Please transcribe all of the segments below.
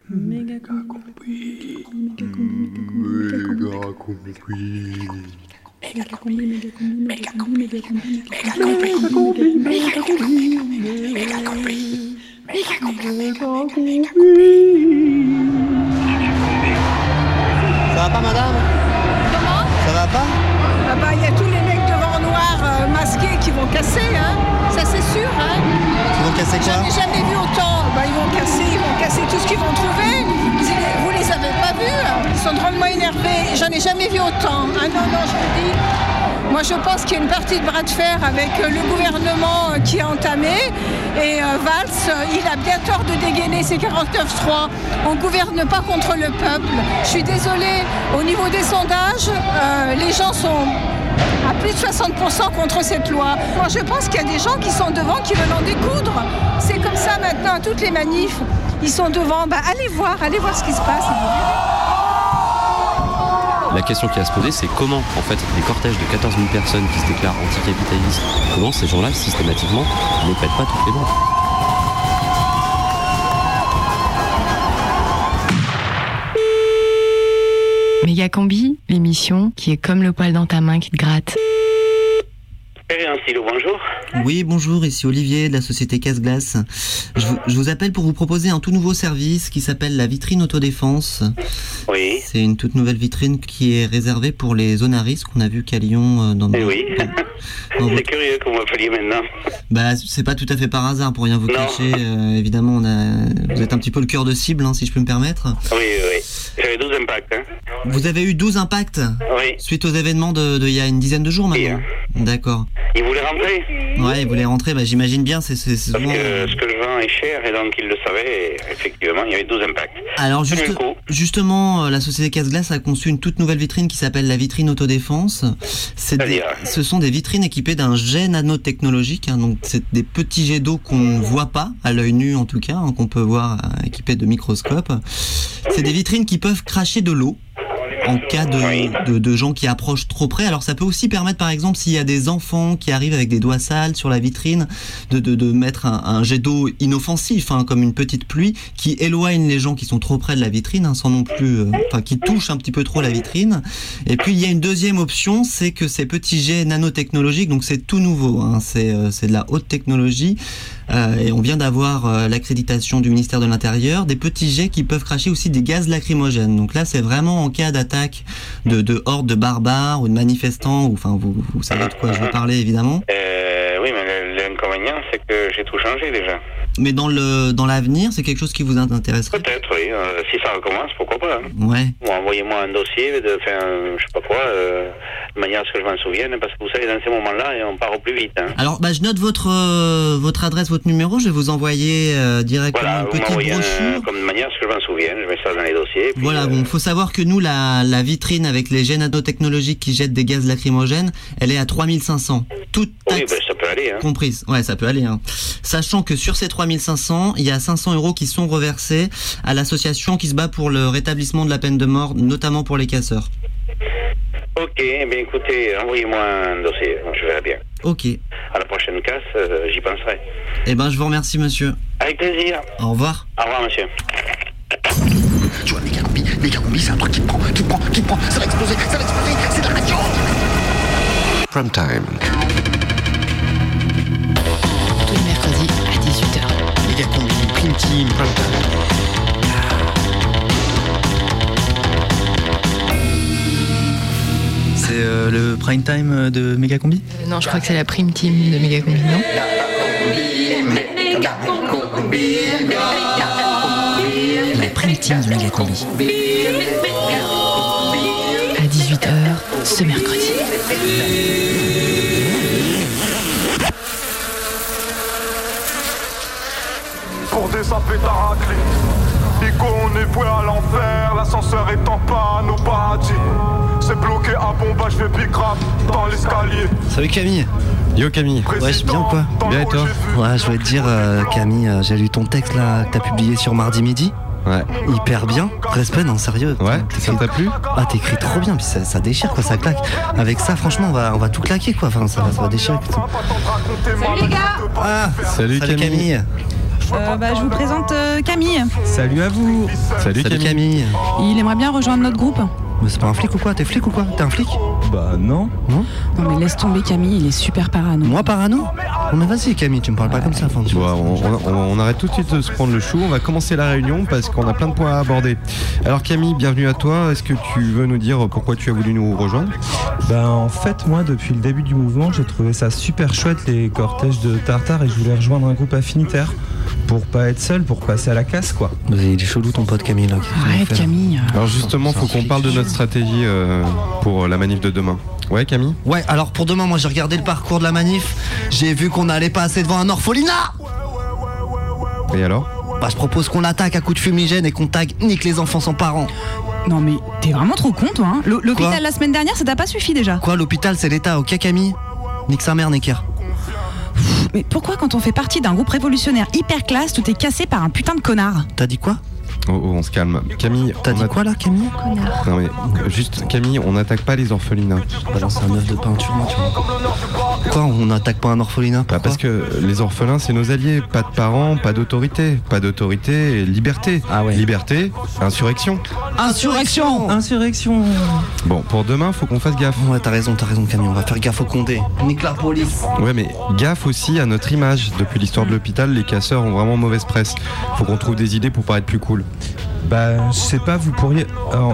Méga combi. Ça va pas, madame? Comment? Ça va pas? Ah bah il y a tous les mecs devant noirs masqués qui vont casser, hein. Ça c'est sûr, hein. Ils vont casser quoi? J'en ai jamais vu autant. Bah ils vont casser tout ce qu'ils vont trouver. Vous les avez pas vus, hein. Ils sont drôlement énervés. J'en ai jamais vu autant. Ah non, je vous dis. Moi je pense qu'il y a une partie de bras de fer avec le gouvernement qui est entamé. Et Valls, il a bien tort de dégainer ses 49.3. On ne gouverne pas contre le peuple. Je suis désolée, au niveau des sondages, les gens sont à plus de 60% contre cette loi. Moi je pense qu'il y a des gens qui sont devant qui veulent en découdre. C'est comme ça maintenant, toutes les manifs, ils sont devant. Bah, allez voir ce qui se passe. La question qui a à se poser, c'est comment, en fait, des cortèges de 14 000 personnes qui se déclarent anticapitalistes, comment ces gens-là, systématiquement, ne pètent pas toutes les bandes. Méga Combi, l'émission qui est comme le poil dans ta main qui te gratte. Bonjour. Oui, bonjour, ici Olivier de la société Casse-Glace. Je vous appelle pour vous proposer un tout nouveau service qui s'appelle la vitrine autodéfense. Oui. C'est une toute nouvelle vitrine qui est réservée pour les zones à risque. On a vu qu'à Lyon... Oui. C'est curieux que vous m'appeliez maintenant. Bah, c'est pas tout à fait par hasard, pour rien vous cacher. Évidemment, vous êtes un petit peu le cœur de cible, hein, si je peux me permettre. Oui. J'avais 12 impacts. Hein. Vous avez eu 12 impacts? Oui. Suite aux événements de il y a une dizaine de jours maintenant. Oui. D'accord. Ils voulaient rentrer? Ouais, ils voulaient rentrer, bah, j'imagine bien. C'est Parce que ce que je vends est cher et donc ils le savaient. Et effectivement, il y avait 12 impacts. Alors justement, la société Casse-Glace a conçu une toute nouvelle vitrine qui s'appelle la vitrine autodéfense. Ce sont des vitrines équipées d'un jet nanotechnologique. Hein, donc c'est des petits jets d'eau qu'on ne voit pas, à l'œil nu en tout cas, hein, qu'on peut voir équipés de microscopes. C'est des vitrines qui peuvent cracher de l'eau en cas de gens qui approchent trop près. Alors ça peut aussi permettre, par exemple, s'il y a des enfants qui arrivent avec des doigts sales sur la vitrine, de mettre un jet d'eau inoffensif, hein, comme une petite pluie, qui éloigne les gens qui sont trop près de la vitrine, hein, sans non plus, qui touchent un petit peu trop la vitrine. Et puis il y a une deuxième option, c'est que ces petits jets nanotechnologiques, donc c'est tout nouveau, hein, c'est de la haute technologie. Et on vient d'avoir l'accréditation du ministère de l'Intérieur, des petits jets qui peuvent cracher aussi des gaz lacrymogènes. Donc là, c'est vraiment en cas d'attaque de hordes de barbares ou de manifestants, ou enfin vous savez de quoi je veux parler évidemment. Oui, mais l'inconvénient, c'est que j'ai tout changé déjà. Mais dans l'avenir, c'est quelque chose qui vous intéresserait? Peut-être, oui. Si ça recommence, pourquoi pas. Hein. Ouais. Bon, envoyez-moi un dossier je sais pas quoi, de manière à ce que je m'en souvienne, parce que vous savez, dans ces moments-là, on part au plus vite. Hein. Alors, je note votre adresse, votre numéro, je vais vous envoyer directement une petite brochure. Comme de manière à ce que je m'en souvienne, je mets ça dans les dossiers. Puis, voilà, bon, faut savoir que nous, la vitrine avec les jets nanotechnologiques qui jettent des gaz lacrymogènes, elle est à 3500. Toute taxe ça peut aller. Hein. Comprise. Ouais, ça peut aller. Hein. Sachant que sur ces 3500, il y a 500 € qui sont reversés à l'association qui se bat pour le rétablissement de la peine de mort, notamment pour les casseurs. Ok, bien écoutez, envoyez-moi un dossier, je verrai bien. Ok. À la prochaine casse, j'y penserai. Eh ben, je vous remercie, monsieur. Avec plaisir. Au revoir. Au revoir, monsieur. Tu vois, méga combi, c'est un truc qui te prend, ça va exploser, c'est de la radio. Prime time. Tous les mercredis à 18h. Méga combi, prime team, prime time. C'est le prime time de Méga Combi? Non, je crois que c'est la prime team de Méga Combi, non? La prime team de Méga Combi. À 18h, ce mercredi. Pour désaper ta raclée, Ico, on est voué à l'enfer, l'ascenseur est en panne au paradis. C'est bloqué à Bomba, je fais big rap dans l'escalier. Salut Camille. Yo Camille. Ouais, je suis bien ou quoi? Bien et toi? Ouais, je voulais te dire, Camille, j'ai lu ton texte là que t'as publié sur Mardi Midi. Ouais. Hyper bien. Respect, non, sérieux. Ouais, ça t'a plu? Ah, t'écris trop bien, puis ça déchire quoi, ça claque. Avec ça, franchement, on va tout claquer quoi. Enfin, ça va déchirer. Salut les gars. Ah, Salut Camille. Je vous présente Camille. Salut à vous. Salut Camille. Il aimerait bien rejoindre notre groupe. Mais c'est pas un flic ou quoi? T'es flic ou quoi? T'es un flic? Bah non. Non mais laisse tomber Camille, il est super parano. Moi parano? Non mais vas-y Camille, tu me parles pas comme ça. On arrête tout de suite de se prendre le chou, on va commencer la réunion parce qu'on a plein de points à aborder. Alors Camille, bienvenue à toi, est-ce que tu veux nous dire pourquoi tu as voulu nous rejoindre? En fait, moi depuis le début du mouvement, j'ai trouvé ça super chouette les cortèges de Tartare et je voulais rejoindre un groupe affinitaire pour pas être seul, pour passer à la casse quoi. Il est chelou ton pote Camille là. Arrête Camille. Alors justement, faut qu'on parle de notre stratégie pour la manif de demain. Ouais Camille? Ouais, alors pour demain, moi j'ai regardé le parcours de la manif, j'ai vu qu'on allait passer devant un orphelinat. Et alors? Je propose qu'on l'attaque à coups de fumigène et qu'on tag nique les enfants sans parents. Non mais t'es vraiment trop con toi hein. L'hôpital la semaine dernière ça t'a pas suffi déjà. Quoi, l'hôpital c'est l'État, ok Camille? Nique sa mère Necker. Mais pourquoi quand on fait partie d'un groupe révolutionnaire hyper classe, tout est cassé par un putain de connard? T'as dit quoi? Oh, on se calme. Camille, t'as dit quoi là Camille? Connard. Non mais juste Camille, on n'attaque pas les orphelinats. Balance un œuf de peinture tu vois. Quoi, on n'attaque pas un orphelinat? Parce que les orphelins c'est nos alliés, pas de parents, pas d'autorité. Pas d'autorité, liberté. Ah ouais. Liberté, insurrection. Insurrection. Bon, pour demain, faut qu'on fasse gaffe. Ouais, t'as raison Camille, on va faire gaffe au Condé. Nique la police. Ouais, mais gaffe aussi à notre image. Depuis l'histoire de l'hôpital, les casseurs ont vraiment mauvaise presse. Faut qu'on trouve des idées pour paraître plus cool. Je sais pas, vous pourriez...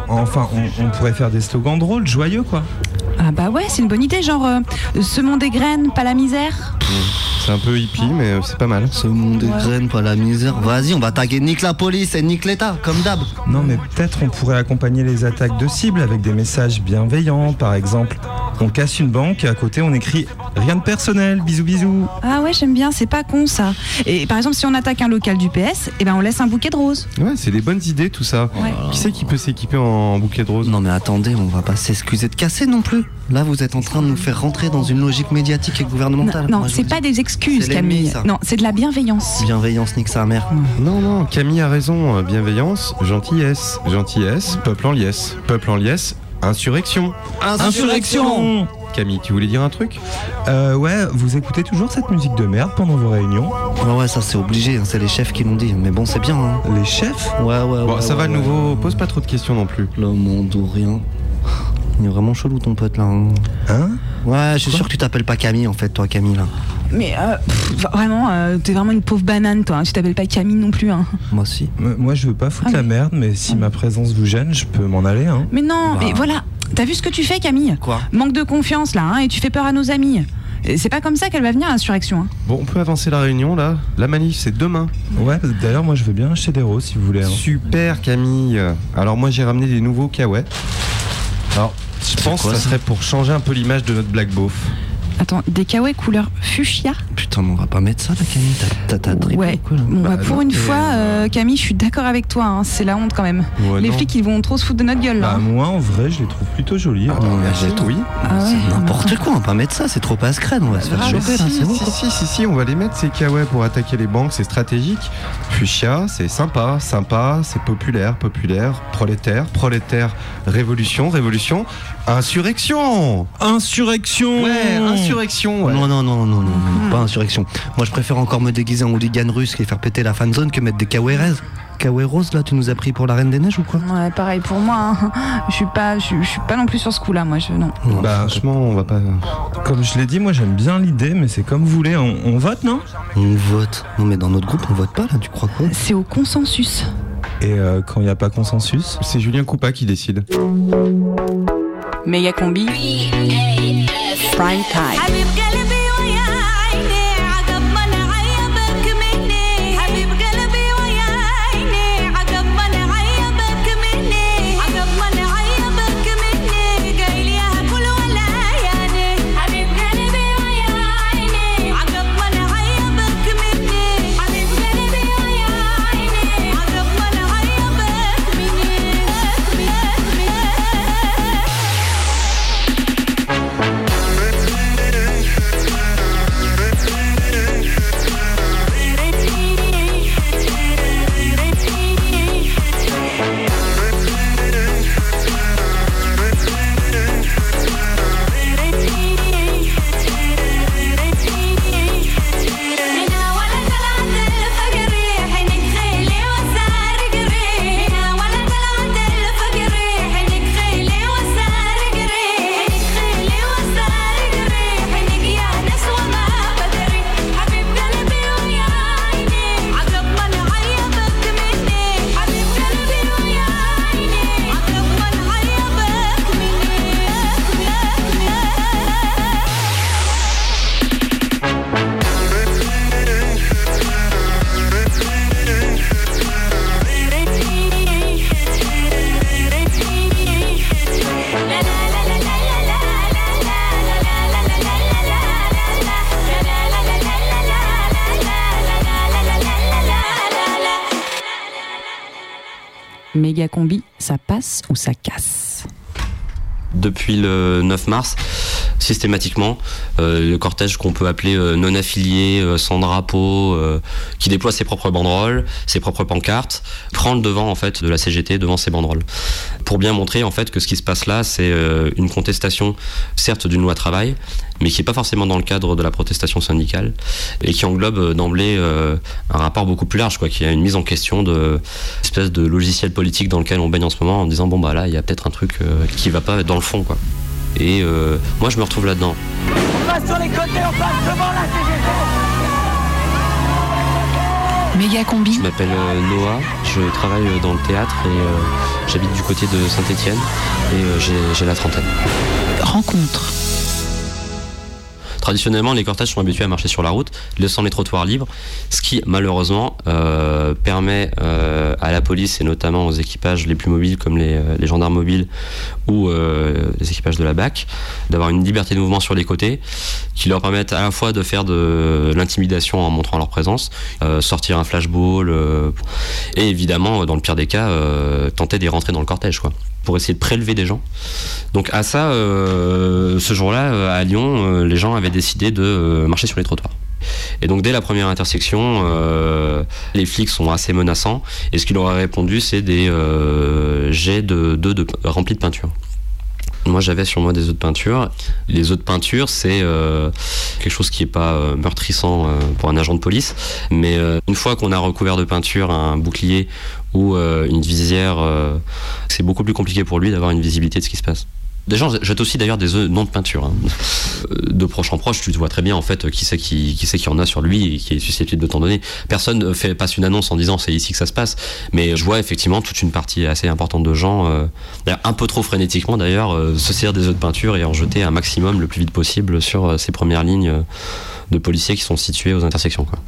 on pourrait faire des slogans drôles, joyeux quoi. Ah bah ouais, c'est une bonne idée, genre semons des graines, pas la misère. C'est un peu hippie, mais c'est pas mal. Semons des graines, pas la misère. Vas-y, on va taguer nique la police et nique l'État, comme d'hab. Non mais peut-être on pourrait accompagner les attaques de cibles avec des messages bienveillants, par exemple. On casse une banque et à côté on écrit rien de personnel, bisous bisous. Ah ouais, j'aime bien, c'est pas con ça. Et par exemple si on attaque un local du PS, on laisse un bouquet de roses. Ouais, c'est des bonnes idées tout ça. Ouais. Qui c'est qui peut s'équiper en bouquet de roses? Non mais attendez, on va pas s'excuser de casser non plus. Là vous êtes en train de nous faire rentrer dans une logique médiatique et gouvernementale. Non, c'est pas des excuses Camille. Non, c'est de la bienveillance. Bienveillance nique sa mère. Non, Camille a raison. Bienveillance, gentillesse. Gentillesse, peuple en liesse. Peuple en liesse, insurrection. Insurrection. Camille, tu voulais dire un truc? Ouais, vous écoutez toujours cette musique de merde pendant vos réunions? Ouais, ça c'est obligé, c'est les chefs qui l'ont dit. Mais bon, c'est bien. Hein. Les chefs? Ouais. Bon, ça va, nouveau, pose pas trop de questions non plus. Le monde ou rien. Il est vraiment chelou ton pote là. Hein? Ouais, je suis sûr que tu t'appelles pas Camille en fait, toi Camille là. Mais vraiment, t'es vraiment une pauvre banane toi, hein. Tu t'appelles pas Camille non plus hein. Moi aussi. Moi je veux pas foutre la merde, mais si ma présence vous gêne, je peux m'en aller hein. Mais non, mais voilà, t'as vu ce que tu fais Camille? Quoi? Manque de confiance là, hein, et tu fais peur à nos amis. C'est pas comme ça qu'elle va venir l'insurrection hein. Bon, on peut avancer la réunion là. La manif c'est demain. Ouais, d'ailleurs moi je veux bien acheter des roses si vous voulez hein. Super Camille. Alors moi j'ai ramené des nouveaux kawaii. Alors je pense que ça serait pour changer un peu l'image de notre black beauf. Attends, des kawaii couleur fuchsia? Putain, mais on va pas mettre ça là Camille, t'as drippé ouais. quoi là? Bon, pour une fois, Camille, je suis d'accord avec toi, hein. C'est la honte quand même. Ouais, les flics, ils vont trop se foutre de notre gueule là. Moi en vrai, je les trouve plutôt jolies. Non, mais oui. C'est n'importe quoi, on va pas mettre ça, c'est trop passe-crème, on va se faire choper là, c'est bon. Si, on va les mettre ces kawaii pour attaquer les banques, c'est stratégique. Fuchsia, c'est sympa, c'est populaire, prolétaire, révolution, insurrection. Ouais, insurrection. Ouais. Non, pas insurrection. Moi je préfère encore me déguiser en hooligan russe et faire péter la fanzone que mettre des kawaii roses là, tu nous as pris pour la Reine des Neiges ou quoi? Ouais, pareil pour moi. Hein. Je suis pas non plus sur ce coup-là, moi. Non. Franchement, on va pas. Comme je l'ai dit, moi j'aime bien l'idée, mais c'est comme vous voulez. On vote, non? On vote. Non, mais dans notre groupe, on vote pas là. Tu crois quoi? C'est au consensus. Et quand il n'y a pas consensus, c'est Julien Coupa qui décide. Méga combi. Prime time. Mégacombi, ça passe ou ça casse? Depuis le 9 mars, systématiquement, le cortège qu'on peut appeler non affilié, sans drapeau, qui déploie ses propres banderoles, ses propres pancartes, prend le devant en fait de la CGT devant ses banderoles. Pour bien montrer en fait que ce qui se passe là, c'est une contestation, certes d'une loi travail, mais qui n'est pas forcément dans le cadre de la protestation syndicale et qui englobe d'emblée un rapport beaucoup plus large, quoi, qui a une mise en question de espèce de logiciel politique dans lequel on baigne en ce moment, en disant bon bah là il y a peut-être un truc qui va pas dans le fond, quoi. Et moi je me retrouve là-dedans. On passe sur les côtés, on passe devant la CGT. Mégacombi. Je m'appelle Noah, je travaille dans le théâtre et j'habite du côté de Saint-Étienne et j'ai la trentaine. Rencontre. Traditionnellement, les cortèges sont habitués à marcher sur la route, laissant les trottoirs libres, ce qui, malheureusement, permet à la police, et notamment aux équipages les plus mobiles, comme les gendarmes mobiles ou les équipages de la BAC, d'avoir une liberté de mouvement sur les côtés, qui leur permettent à la fois de faire de l'intimidation en montrant leur présence, sortir un flashball, et évidemment, dans le pire des cas, tenter d'y rentrer dans le cortège, quoi, pour essayer de prélever des gens. Donc à ça, ce jour-là, à Lyon, les gens avaient décidé de marcher sur les trottoirs. Et donc dès la première intersection, les flics sont assez menaçants, et ce qu'ils leur a répondu, c'est des jets d'œufs remplis de peinture. Moi j'avais sur moi des œufs de peinture. Les œufs de peinture, c'est quelque chose qui n'est pas meurtrissant pour un agent de police, mais une fois qu'on a recouvert de peinture un bouclier ou une visière, c'est beaucoup plus compliqué pour lui d'avoir une visibilité de ce qui se passe. Des gens jettent aussi d'ailleurs des œufs non de peinture. Hein. De proche en proche, tu vois très bien en fait qui c'est qui en a sur lui et qui est susceptible de t'en donner. Personne passe une annonce en disant c'est ici que ça se passe, mais je vois effectivement toute une partie assez importante de gens, un peu trop frénétiquement d'ailleurs, se saisir des œufs de peinture et en jeter un maximum le plus vite possible sur ces premières lignes de policiers qui sont situés aux intersections, quoi.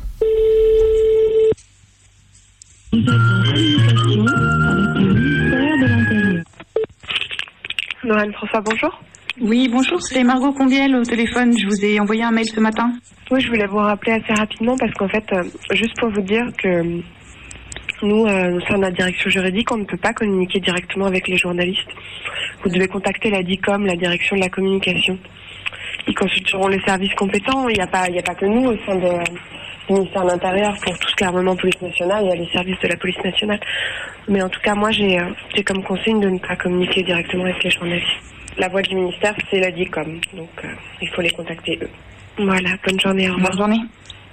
Lorraine François, bonjour. Oui, bonjour, c'est Margot Combiel au téléphone. Je vous ai envoyé un mail ce matin. Oui, je voulais vous rappeler assez rapidement parce qu'en fait, juste pour vous dire que nous, au sein de la direction juridique, on ne peut pas communiquer directement avec les journalistes. Vous devez contacter la DICOM, la direction de la communication. Ils consulteront les services compétents. Il n'y a pas que nous au sein du ministère de l'Intérieur pour tout ce qui est armement police nationale. Il y a les services de la police nationale. Mais en tout cas, moi, j'ai comme consigne de ne pas communiquer directement avec les journalistes. La voix du ministère, c'est la DICOM. Donc, il faut les contacter eux. Voilà, bonne journée. Au revoir. Bonne journée.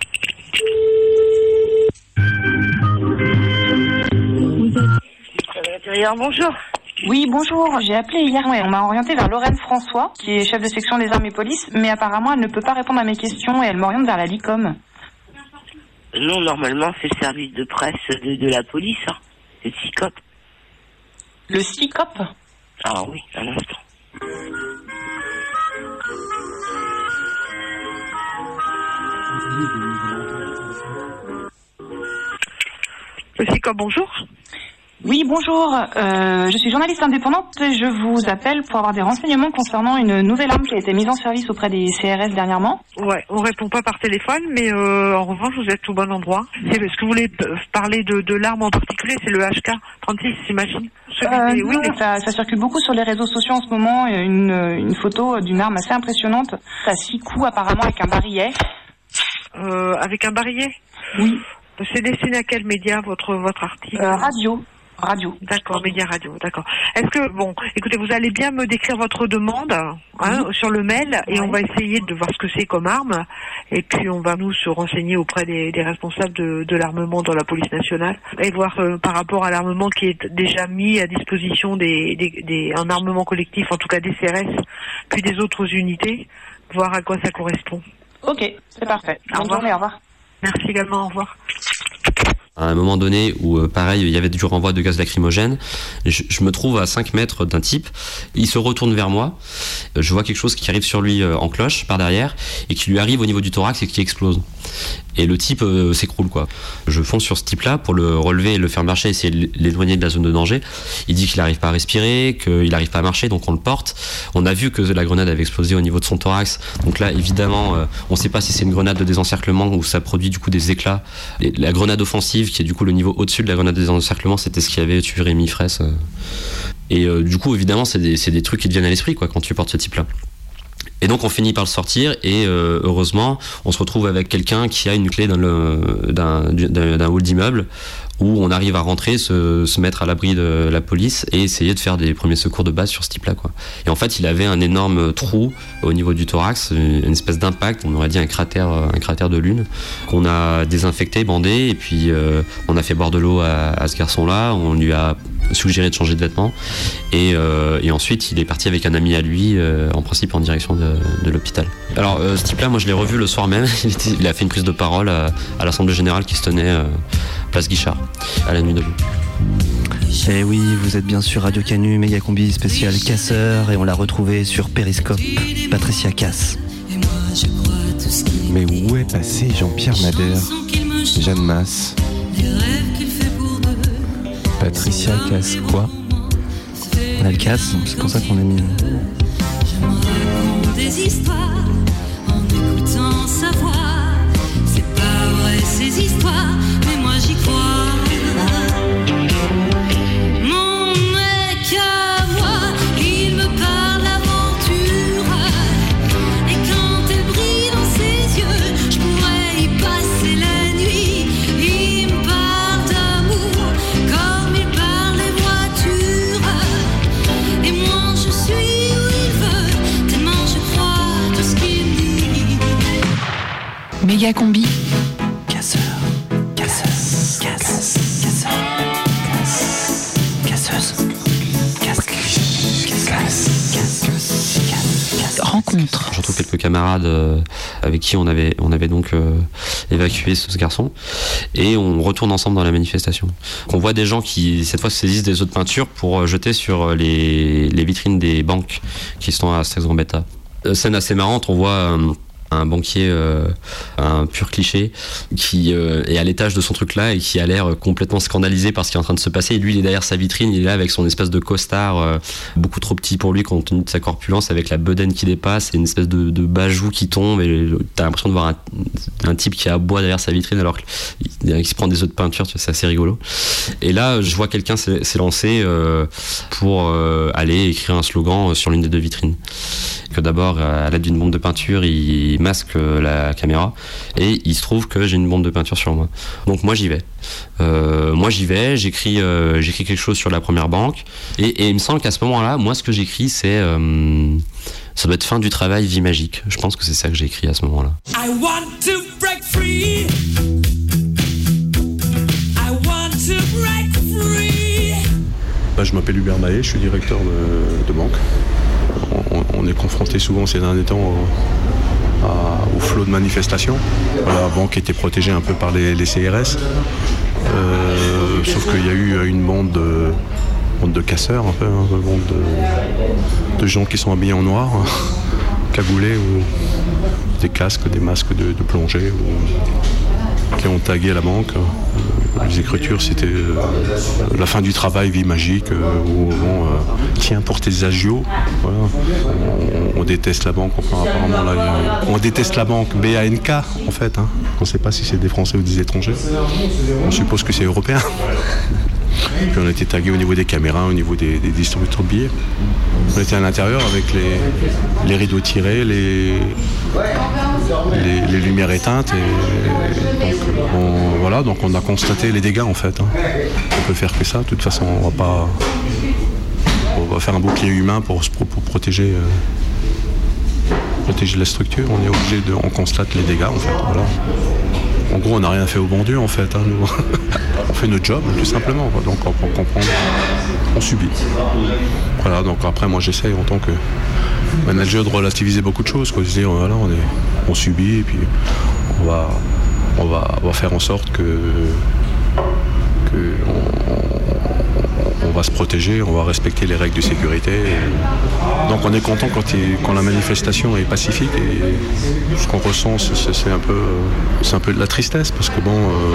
Bonjour. Oui, bonjour. J'ai appelé hier. On m'a orienté vers Lorraine François, qui est chef de section des armes et police, mais apparemment, elle ne peut pas répondre à mes questions et elle m'oriente vers la DICOM. Non, normalement, c'est le service de presse de la police, hein. C'est le SICOP. Le SICOP? Ah oui, un instant. Le SICOP, bonjour. Oui, bonjour. Je suis journaliste indépendante et je vous appelle pour avoir des renseignements concernant une nouvelle arme qui a été mise en service auprès des CRS dernièrement. Ouais, on répond pas par téléphone, mais en revanche, vous êtes au bon endroit. Est-ce que vous voulez parler de l'arme en particulier? C'est le HK-36, j'imagine. Oui, ça circule beaucoup sur les réseaux sociaux en ce moment. Une photo d'une arme assez impressionnante. À 6 coups apparemment avec un barillet. Avec un barillet? Oui. C'est destiné à quel média votre article? Radio. D'accord, média radio, d'accord. Est-ce que, bon, écoutez, vous allez bien me décrire votre demande sur le mail et on va essayer de voir ce que c'est comme arme et puis on va nous se renseigner auprès des responsables de l'armement dans la police nationale et voir par rapport à l'armement qui est déjà mis à disposition un armement collectif, en tout cas des CRS, puis des autres unités, voir à quoi ça correspond. Ok, c'est parfait. Bonne journée, au revoir. Merci également, au revoir. À un moment donné où, pareil, il y avait du renvoi de gaz lacrymogène, je me trouve à 5 mètres d'un type, il se retourne vers moi, je vois quelque chose qui arrive sur lui en cloche, par derrière, et qui lui arrive au niveau du thorax et qui explose. Et le type s'écroule, quoi. Je fonce sur ce type-là pour le relever et le faire marcher, essayer de l'éloigner de la zone de danger. Il dit qu'il n'arrive pas à respirer, qu'il n'arrive pas à marcher, donc on le porte. On a vu que la grenade avait explosé au niveau de son thorax, donc là, évidemment, on ne sait pas si c'est une grenade de désencerclement ou ça produit du coup des éclats. La grenade offensive, arrive, qui est du coup le niveau au-dessus de la grenade des encerclements, c'était ce qui avait tué Rémi Fraisse. Et du coup, évidemment, c'est des trucs qui te viennent à l'esprit quand tu portes ce type-là. Et donc on finit par le sortir et heureusement on se retrouve avec quelqu'un qui a une clé d'un hall d'immeuble où on arrive à rentrer, se mettre à l'abri de la police et essayer de faire des premiers secours de base sur ce type-là, quoi. Et en fait il avait un énorme trou au niveau du thorax, une espèce d'impact, on aurait dit un cratère de lune, qu'on a désinfecté, bandé, et puis on a fait boire de l'eau à ce garçon-là, on lui a suggéré de changer de vêtements et ensuite il est parti avec un ami à lui en principe en direction de l'hôpital. Alors ce type là moi je l'ai revu le soir même, il a fait une prise de parole à l'assemblée générale qui se tenait place Guichard à la nuit debout. Et oui, vous êtes bien sur Radio Canu, méga combi spécial Casseur, et on l'a retrouvé sur Périscope, Patricia Cass. Mais où est passé Jean-Pierre Madère, Jeanne Masse, Patricia Cass, quoi? On a le Cass, c'est pour ça qu'on l'a mis. Je me raconte des histoires en écoutant sa voix. C'est pas vrai ces histoires, mais moi j'y crois. Mon mec à moi, il me parle d'aventure. Et quand elle brille dans ses yeux, je pourrais y passer la nuit. Il me parle d'amour comme il parle des voitures. Et moi je suis où il veut, tellement je crois tout ce qu'il dit. Méga combi. Casseur. Casseuse. Casseuse. Rencontre. Je retrouve quelques camarades avec qui on avait donc évacué ce garçon et on retourne ensemble dans la manifestation. On voit des gens qui cette fois saisissent des eaux de peinture pour jeter sur les vitrines des banques qui sont à Saxe-Gambetta. Scène assez marrante, on voit un banquier, un pur cliché, qui est à l'étage de son truc là et qui a l'air complètement scandalisé par ce qui est en train de se passer. Et lui, il est derrière sa vitrine, il est là avec son espèce de costard beaucoup trop petit pour lui compte tenu de sa corpulence, avec la bedaine qui dépasse et une espèce de bajou qui tombe. Et t'as l'impression de voir un type qui aboie derrière sa vitrine alors qu'il se prend des œufs de peinture, c'est assez rigolo. Et là, je vois quelqu'un s'élancer pour aller écrire un slogan sur l'une des deux vitrines. Que d'abord, à l'aide d'une bombe de peinture, il masque la caméra et il se trouve que j'ai une bombe de peinture sur moi. Donc moi j'y vais. J'écris quelque chose sur la première banque et il me semble qu'à ce moment-là, moi ce que j'écris c'est ça doit être fin du travail, vie magique. Je pense que c'est ça que j'ai écrit à ce moment-là. I want to break free. I want to break free. Je m'appelle Hubert Mahé, je suis directeur de banque. On est confronté souvent ces derniers temps au flot de manifestations. La banque était protégée un peu par les CRS, sauf qu'il y a eu une bande de casseurs, un peu, une bande de gens qui sont habillés en noir, cagoulés, ou des casques, des masques de plongée, qui ont tagué la banque. Les écritures, c'était la fin du travail, vie magique, tiens pour tes agios. Voilà. On déteste la banque, enfin, apparemment là, on déteste la banque, BANK en fait. Hein. On ne sait pas si c'est des Français ou des étrangers. On suppose que c'est européen. Puis on a été tagué au niveau des caméras, au niveau des distributeurs de billets. On était à l'intérieur avec les rideaux tirés, les lumières éteintes. Et donc on a constaté les dégâts en fait. Hein. On peut faire que ça. De toute façon, on va faire un bouclier humain pour protéger la structure. On constate les dégâts en fait. Voilà. En gros, on n'a rien fait au bon Dieu en fait. Hein, nous. On fait notre job tout simplement. Donc pour comprendre, on subit. Voilà. Donc après, moi, j'essaye en tant que manager de relativiser beaucoup de choses. Quoi. Je dis, voilà, on subit et puis on va faire en sorte que on va se protéger, on va respecter les règles de sécurité. Donc on est content quand la manifestation est pacifique et ce qu'on ressent c'est un peu de la tristesse parce que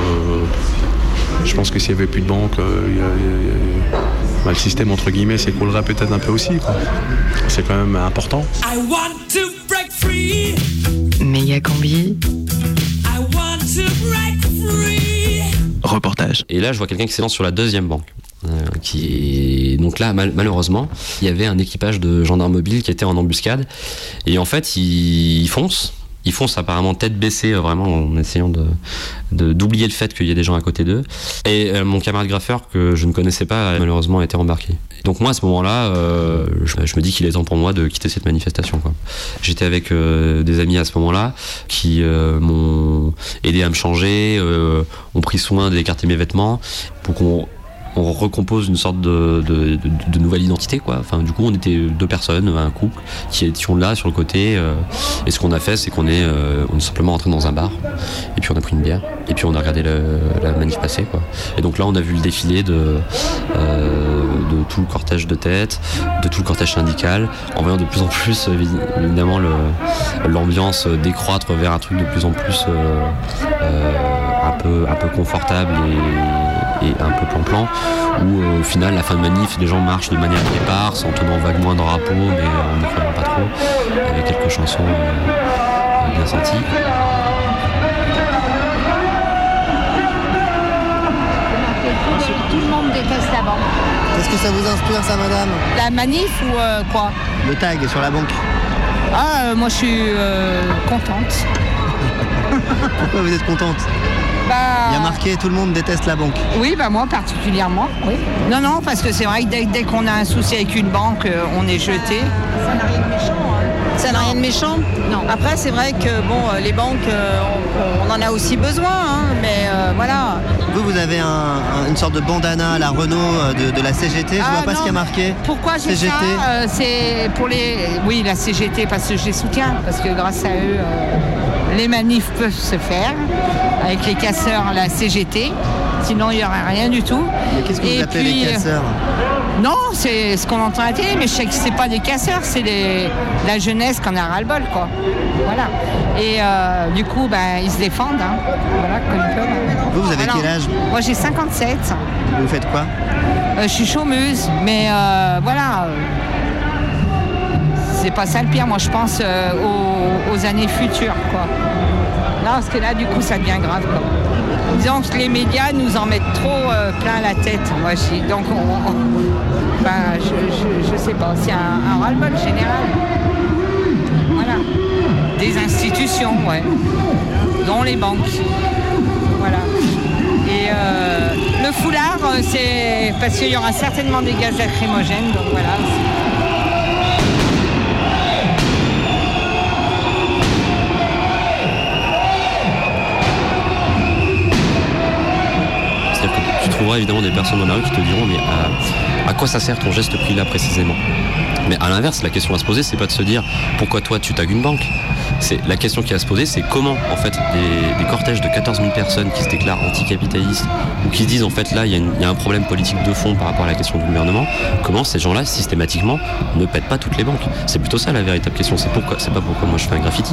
je pense que s'il n'y avait plus de banque, le système entre guillemets s'écroulerait peut-être un peu aussi. Quoi. C'est quand même important. I want to break free. Méga combi. I want to break free. Reportage. Et là, je vois quelqu'un qui s'élance sur la deuxième banque. Donc là, malheureusement, il y avait un équipage de gendarmes mobiles qui était en embuscade. Et en fait, ils foncent. Ils foncent apparemment tête baissée, vraiment en essayant d'oublier le fait qu'il y a des gens à côté d'eux. Et mon camarade graffeur, que je ne connaissais pas, malheureusement, a été embarqué. Donc moi, à ce moment-là, je me dis qu'il est temps pour moi de quitter cette manifestation, quoi. J'étais avec des amis à ce moment-là qui m'ont aidé à me changer, ont pris soin d'écarter mes vêtements pour qu'on recompose une sorte de nouvelle identité, quoi. Enfin, du coup, on était 2 personnes, un couple, qui étions là sur le côté. Et ce qu'on a fait, c'est qu'on est simplement rentré dans un bar. Et puis on a pris une bière. Et puis on a regardé la manif passer, quoi. Et donc là, on a vu le défilé de tout le cortège de tête, de tout le cortège syndical, en voyant de plus en plus, évidemment, l'ambiance décroître vers un truc de plus en plus un peu confortable et un peu plan-plan, où au final, la fin de manif, les gens marchent de manière éparse, en tenant vaguement un drapeau, mais en ne croyant pas trop, avec quelques chansons bien senties. Tout le monde déteste la banque. Qu'est-ce que ça vous inspire, ça, madame? La manif ou quoi? Le tag sur la banque. Moi je suis contente. Pourquoi vous êtes contente? Il y a marqué tout le monde déteste la banque. Oui, moi particulièrement, oui. Non, parce que c'est vrai que dès qu'on a un souci avec une banque, on est jeté. Ça n'a rien de méchant. Ça n'a rien de méchant? Non. Après, c'est vrai que les banques, on en a aussi besoin, mais voilà. Vous avez une sorte de bandana à la Renault de la CGT, je vois pas ce qu'il y a marqué. Pourquoi j'ai CGT. Ça c'est pour les... Oui, la CGT, parce que je les soutiens, parce que grâce à eux, les manifs peuvent se faire. Avec les casseurs, la CGT, sinon il n'y aurait rien du tout. Mais qu'est-ce que vous appelez les casseurs? Non, c'est ce qu'on entend à la télé, mais je sais que c'est pas des casseurs, c'est la jeunesse qu'on a ras-le-bol, quoi. Voilà. Et du coup, ils se défendent, hein. Voilà, comme ils peuvent. Vous avez quel âge? Moi, j'ai 57. Vous faites quoi? Je suis chômeuse, mais voilà. C'est pas ça le pire, moi je pense aux années futures, quoi. Non, parce que là, du coup, ça devient grave, quoi. Disons que les médias nous en mettent trop plein la tête, moi aussi. Donc, je sais pas, c'est un ras-le-bol général. Voilà. Des institutions, ouais. Dont les banques. Voilà. Et le foulard, c'est parce qu'il y aura certainement des gaz lacrymogènes, donc voilà. Tu trouveras évidemment des personnes dans la rue qui te diront mais à quoi ça sert ton geste pris là précisément? Mais à l'inverse, la question à se poser, c'est pas de se dire pourquoi toi tu tagues une banque. La question qui est à se poser, c'est comment en fait des cortèges de 14 000 personnes qui se déclarent anticapitalistes ou qui se disent en fait là il y a un problème politique de fond par rapport à la question du gouvernement, comment ces gens-là systématiquement ne pètent pas toutes les banques? C'est plutôt ça la véritable question. C'est pas pourquoi moi je fais un graffiti.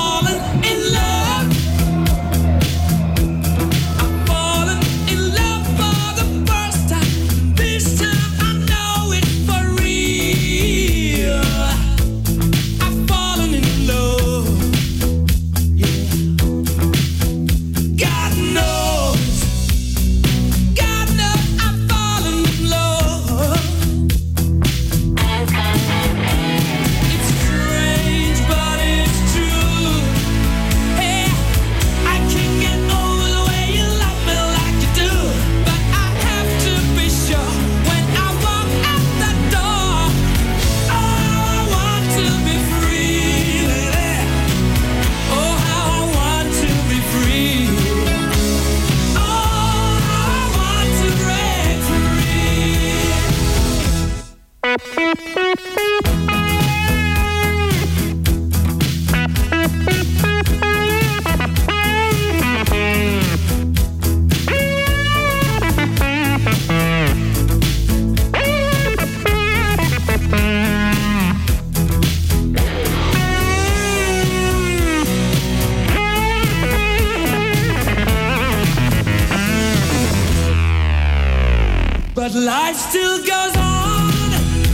But life still goes on.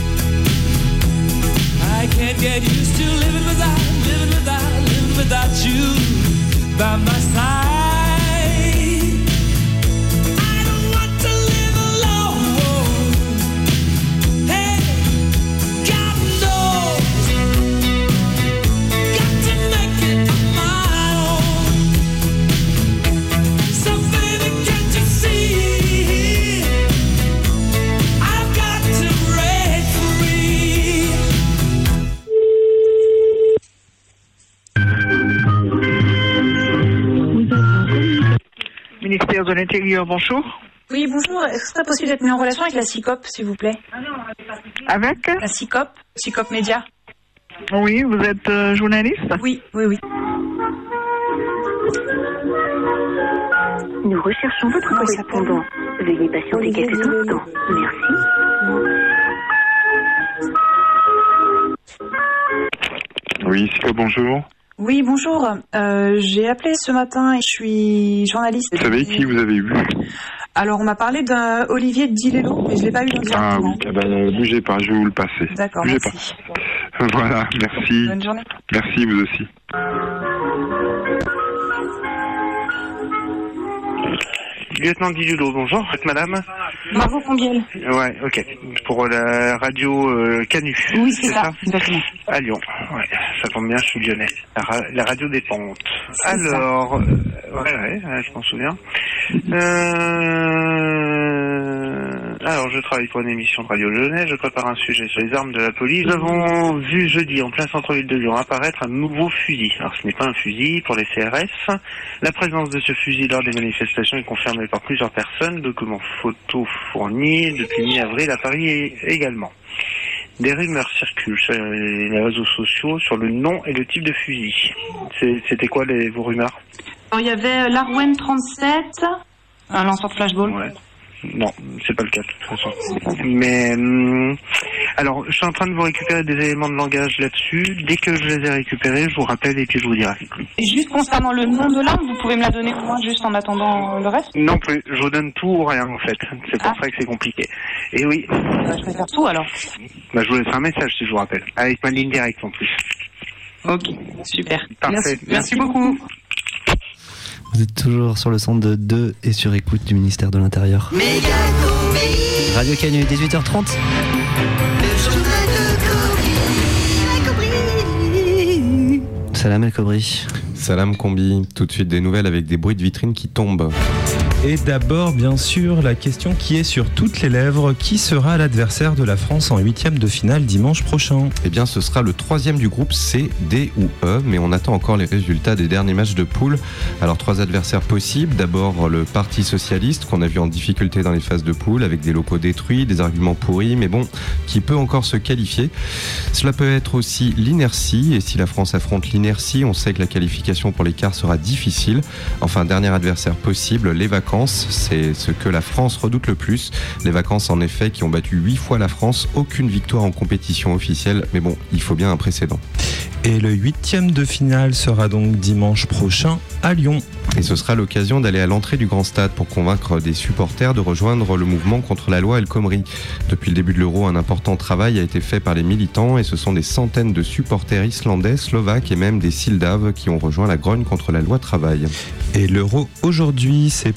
I can't get used to living without you by my side. ministère de l'Intérieur, bonjour. Oui, bonjour. Est-ce que ce serait possible d'être mis en relation avec la CICOP, s'il vous plaît? Avec la CICOP Média. Oui, vous êtes journaliste? Oui. Nous recherchons votre correspondant. Veuillez patienter quelques instants. Merci. Oui, bonjour. Oui, bonjour. J'ai appelé ce matin et je suis journaliste. Vous savez qui vous avez eu? Alors, on m'a parlé d'un Olivier Dilello, mais je ne l'ai pas eu directement. Ah oui, bougez pas, je vais vous le passer. D'accord, bougez merci. Pas. Voilà, merci. Bonne journée. Merci, vous aussi. Lieutenant Dilello, bonjour, c'est madame Margot Combiel. Ouais, ok. Pour la radio Canu. Oui, c'est ça, exactement. À Lyon. Ouais, ça tombe bien, je suis lyonnais. La radio des Pentes. Alors, ouais, je m'en souviens. Alors, je travaille pour une émission de radio lyonnaise, je prépare un sujet sur les armes de la police. Nous avons vu jeudi, en plein centre-ville de Lyon, apparaître un nouveau fusil. Alors, ce n'est pas un fusil pour les CRS. La présence de ce fusil lors des manifestations est confirmée par plusieurs personnes, documents photos fournis depuis mi-avril à Paris également. Des rumeurs circulent sur les réseaux sociaux sur le nom et le type de fusil. C'était quoi vos rumeurs? Alors, il y avait l'Arwen 37, un lanceur de flashball. Ouais. Non, c'est pas le cas de toute façon. Mais alors, je suis en train de vous récupérer des éléments de langage là-dessus. Dès que je les ai récupérés, je vous rappelle et puis je vous dirai. Et juste concernant le nom de l'arme, vous pouvez me la donner au moins juste en attendant le reste? Non plus, je vous donne tout ou rien en fait. C'est pour ça que c'est compliqué. Et oui. Je préfère tout alors. Je vous laisserai un message si je vous rappelle. Avec ma ligne directe en plus. Ok, super. Parfait. Merci beaucoup. Vous êtes toujours sur le centre de 2 et sur écoute du ministère de l'Intérieur. Radio Canu, 18h30. Salam El Kobri. Salam Combi. Tout de suite des nouvelles avec des bruits de vitrines qui tombent. Et d'abord, bien sûr, la question qui est sur toutes les lèvres, qui sera l'adversaire de la France en 8e de finale dimanche prochain? Eh bien, ce sera le 3e du groupe C, D ou E, mais on attend encore les résultats des derniers matchs de poule. Alors, 3 adversaires possibles. D'abord, le Parti Socialiste, qu'on a vu en difficulté dans les phases de poule, avec des locaux détruits, des arguments pourris, mais bon, qui peut encore se qualifier. Cela peut être aussi l'inertie, et si la France affronte l'inertie, on sait que la qualification pour les quarts sera difficile. Enfin, dernier adversaire possible, les vacances. C'est ce que la France redoute le plus. Les vacances, en effet, qui ont battu 8 fois la France, aucune victoire en compétition officielle. Mais bon, il faut bien un précédent. Et le 8e de finale sera donc dimanche prochain à Lyon. Et ce sera l'occasion d'aller à l'entrée du grand stade pour convaincre des supporters de rejoindre le mouvement contre la loi El Khomri. Depuis le début de l'Euro, un important travail a été fait par les militants et ce sont des centaines de supporters islandais, slovaques et même des Sildaves qui ont rejoint la grogne contre la loi travail. Et l'Euro aujourd'hui, c'est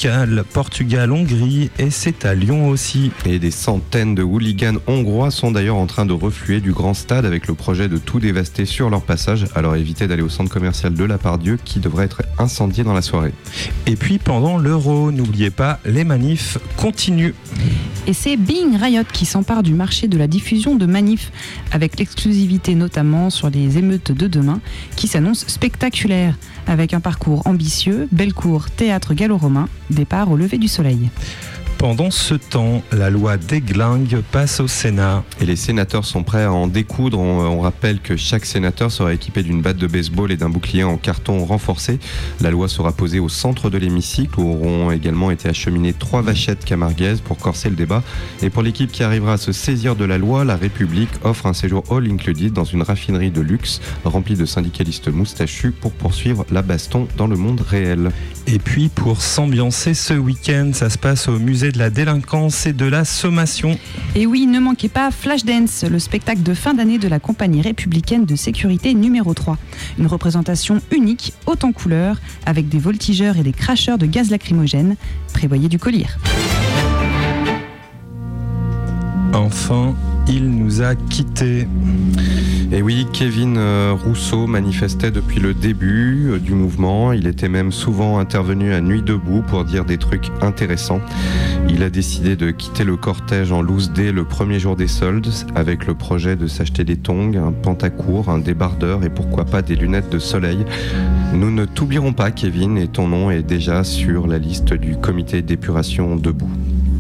Portugal-Hongrie et c'est à Lyon aussi. Et des centaines de hooligans hongrois sont d'ailleurs en train de refluer du grand stade avec le projet de tout dévaster sur leur passage. Alors évitez d'aller au centre commercial de la Pardieu qui devrait être incendié dans la soirée. Et puis pendant l'Euro, n'oubliez pas, les manifs continuent. Et c'est Being Riot qui s'empare du marché de la diffusion de manifs, avec l'exclusivité notamment sur les émeutes de demain, qui s'annoncent spectaculaires, avec un parcours ambitieux, Bellecour, théâtre gallo-romain, départ au lever du soleil. Pendant ce temps, la loi déglingue passe au Sénat. Et les sénateurs sont prêts à en découdre. On rappelle que chaque sénateur sera équipé d'une batte de baseball et d'un bouclier en carton renforcé. La loi sera posée au centre de l'hémicycle où auront également été acheminées 3 vachettes camarguaises pour corser le débat. Et pour l'équipe qui arrivera à se saisir de la loi, la République offre un séjour all included dans une raffinerie de luxe remplie de syndicalistes moustachus pour poursuivre la baston dans le monde réel. Et puis pour s'ambiancer ce week-end, ça se passe au musée de la délinquance et de la sommation. Et oui, ne manquez pas Flashdance, le spectacle de fin d'année de la compagnie républicaine de sécurité numéro 3. Une représentation unique, haute en couleurs, avec des voltigeurs et des cracheurs de gaz lacrymogène. Prévoyez du collier. Enfin, il nous a quittés. Et oui, Kevin Rousseau manifestait depuis le début du mouvement. Il était même souvent intervenu à Nuit debout pour dire des trucs intéressants. Il a décidé de quitter le cortège en loose dès le premier jour des soldes, avec le projet de s'acheter des tongs, un pantacourt, un débardeur et pourquoi pas des lunettes de soleil. Nous ne t'oublierons pas, Kevin, et ton nom est déjà sur la liste du comité d'épuration debout.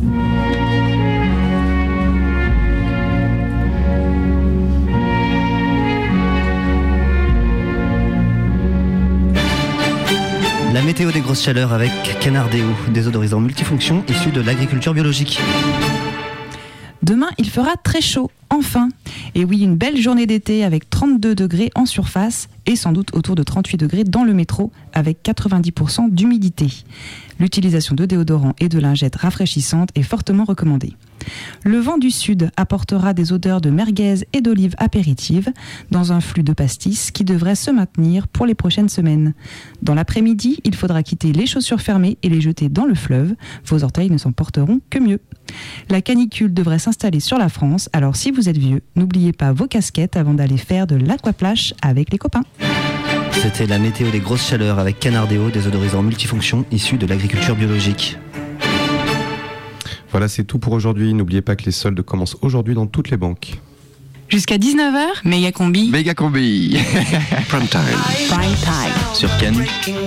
La météo des grosses chaleurs avec Canardéo, désodorisant multifonction issu de l'agriculture biologique. Demain, il fera très chaud, enfin. Et oui, une belle journée d'été avec 32 degrés en surface et sans doute autour de 38 degrés dans le métro avec 90% d'humidité. L'utilisation de déodorants et de lingettes rafraîchissantes est fortement recommandée. Le vent du sud apportera des odeurs de merguez et d'olives apéritives dans un flux de pastis qui devrait se maintenir pour les prochaines semaines. Dans l'après-midi, il faudra quitter les chaussures fermées et les jeter dans le fleuve. Vos orteils ne s'en porteront que mieux. La canicule devrait s'installer sur la France, alors si vous êtes vieux, n'oubliez pas vos casquettes avant d'aller faire de l'aquaplash avec les copains. C'était la météo des grosses chaleurs avec Canardéo, désodorisant multifonction issu de l'agriculture biologique. Voilà, c'est tout pour aujourd'hui. N'oubliez pas que les soldes commencent aujourd'hui dans toutes les banques. Jusqu'à 19h, Méga Combi. Méga Combi. Prime time. Prime time. Sur Cannes.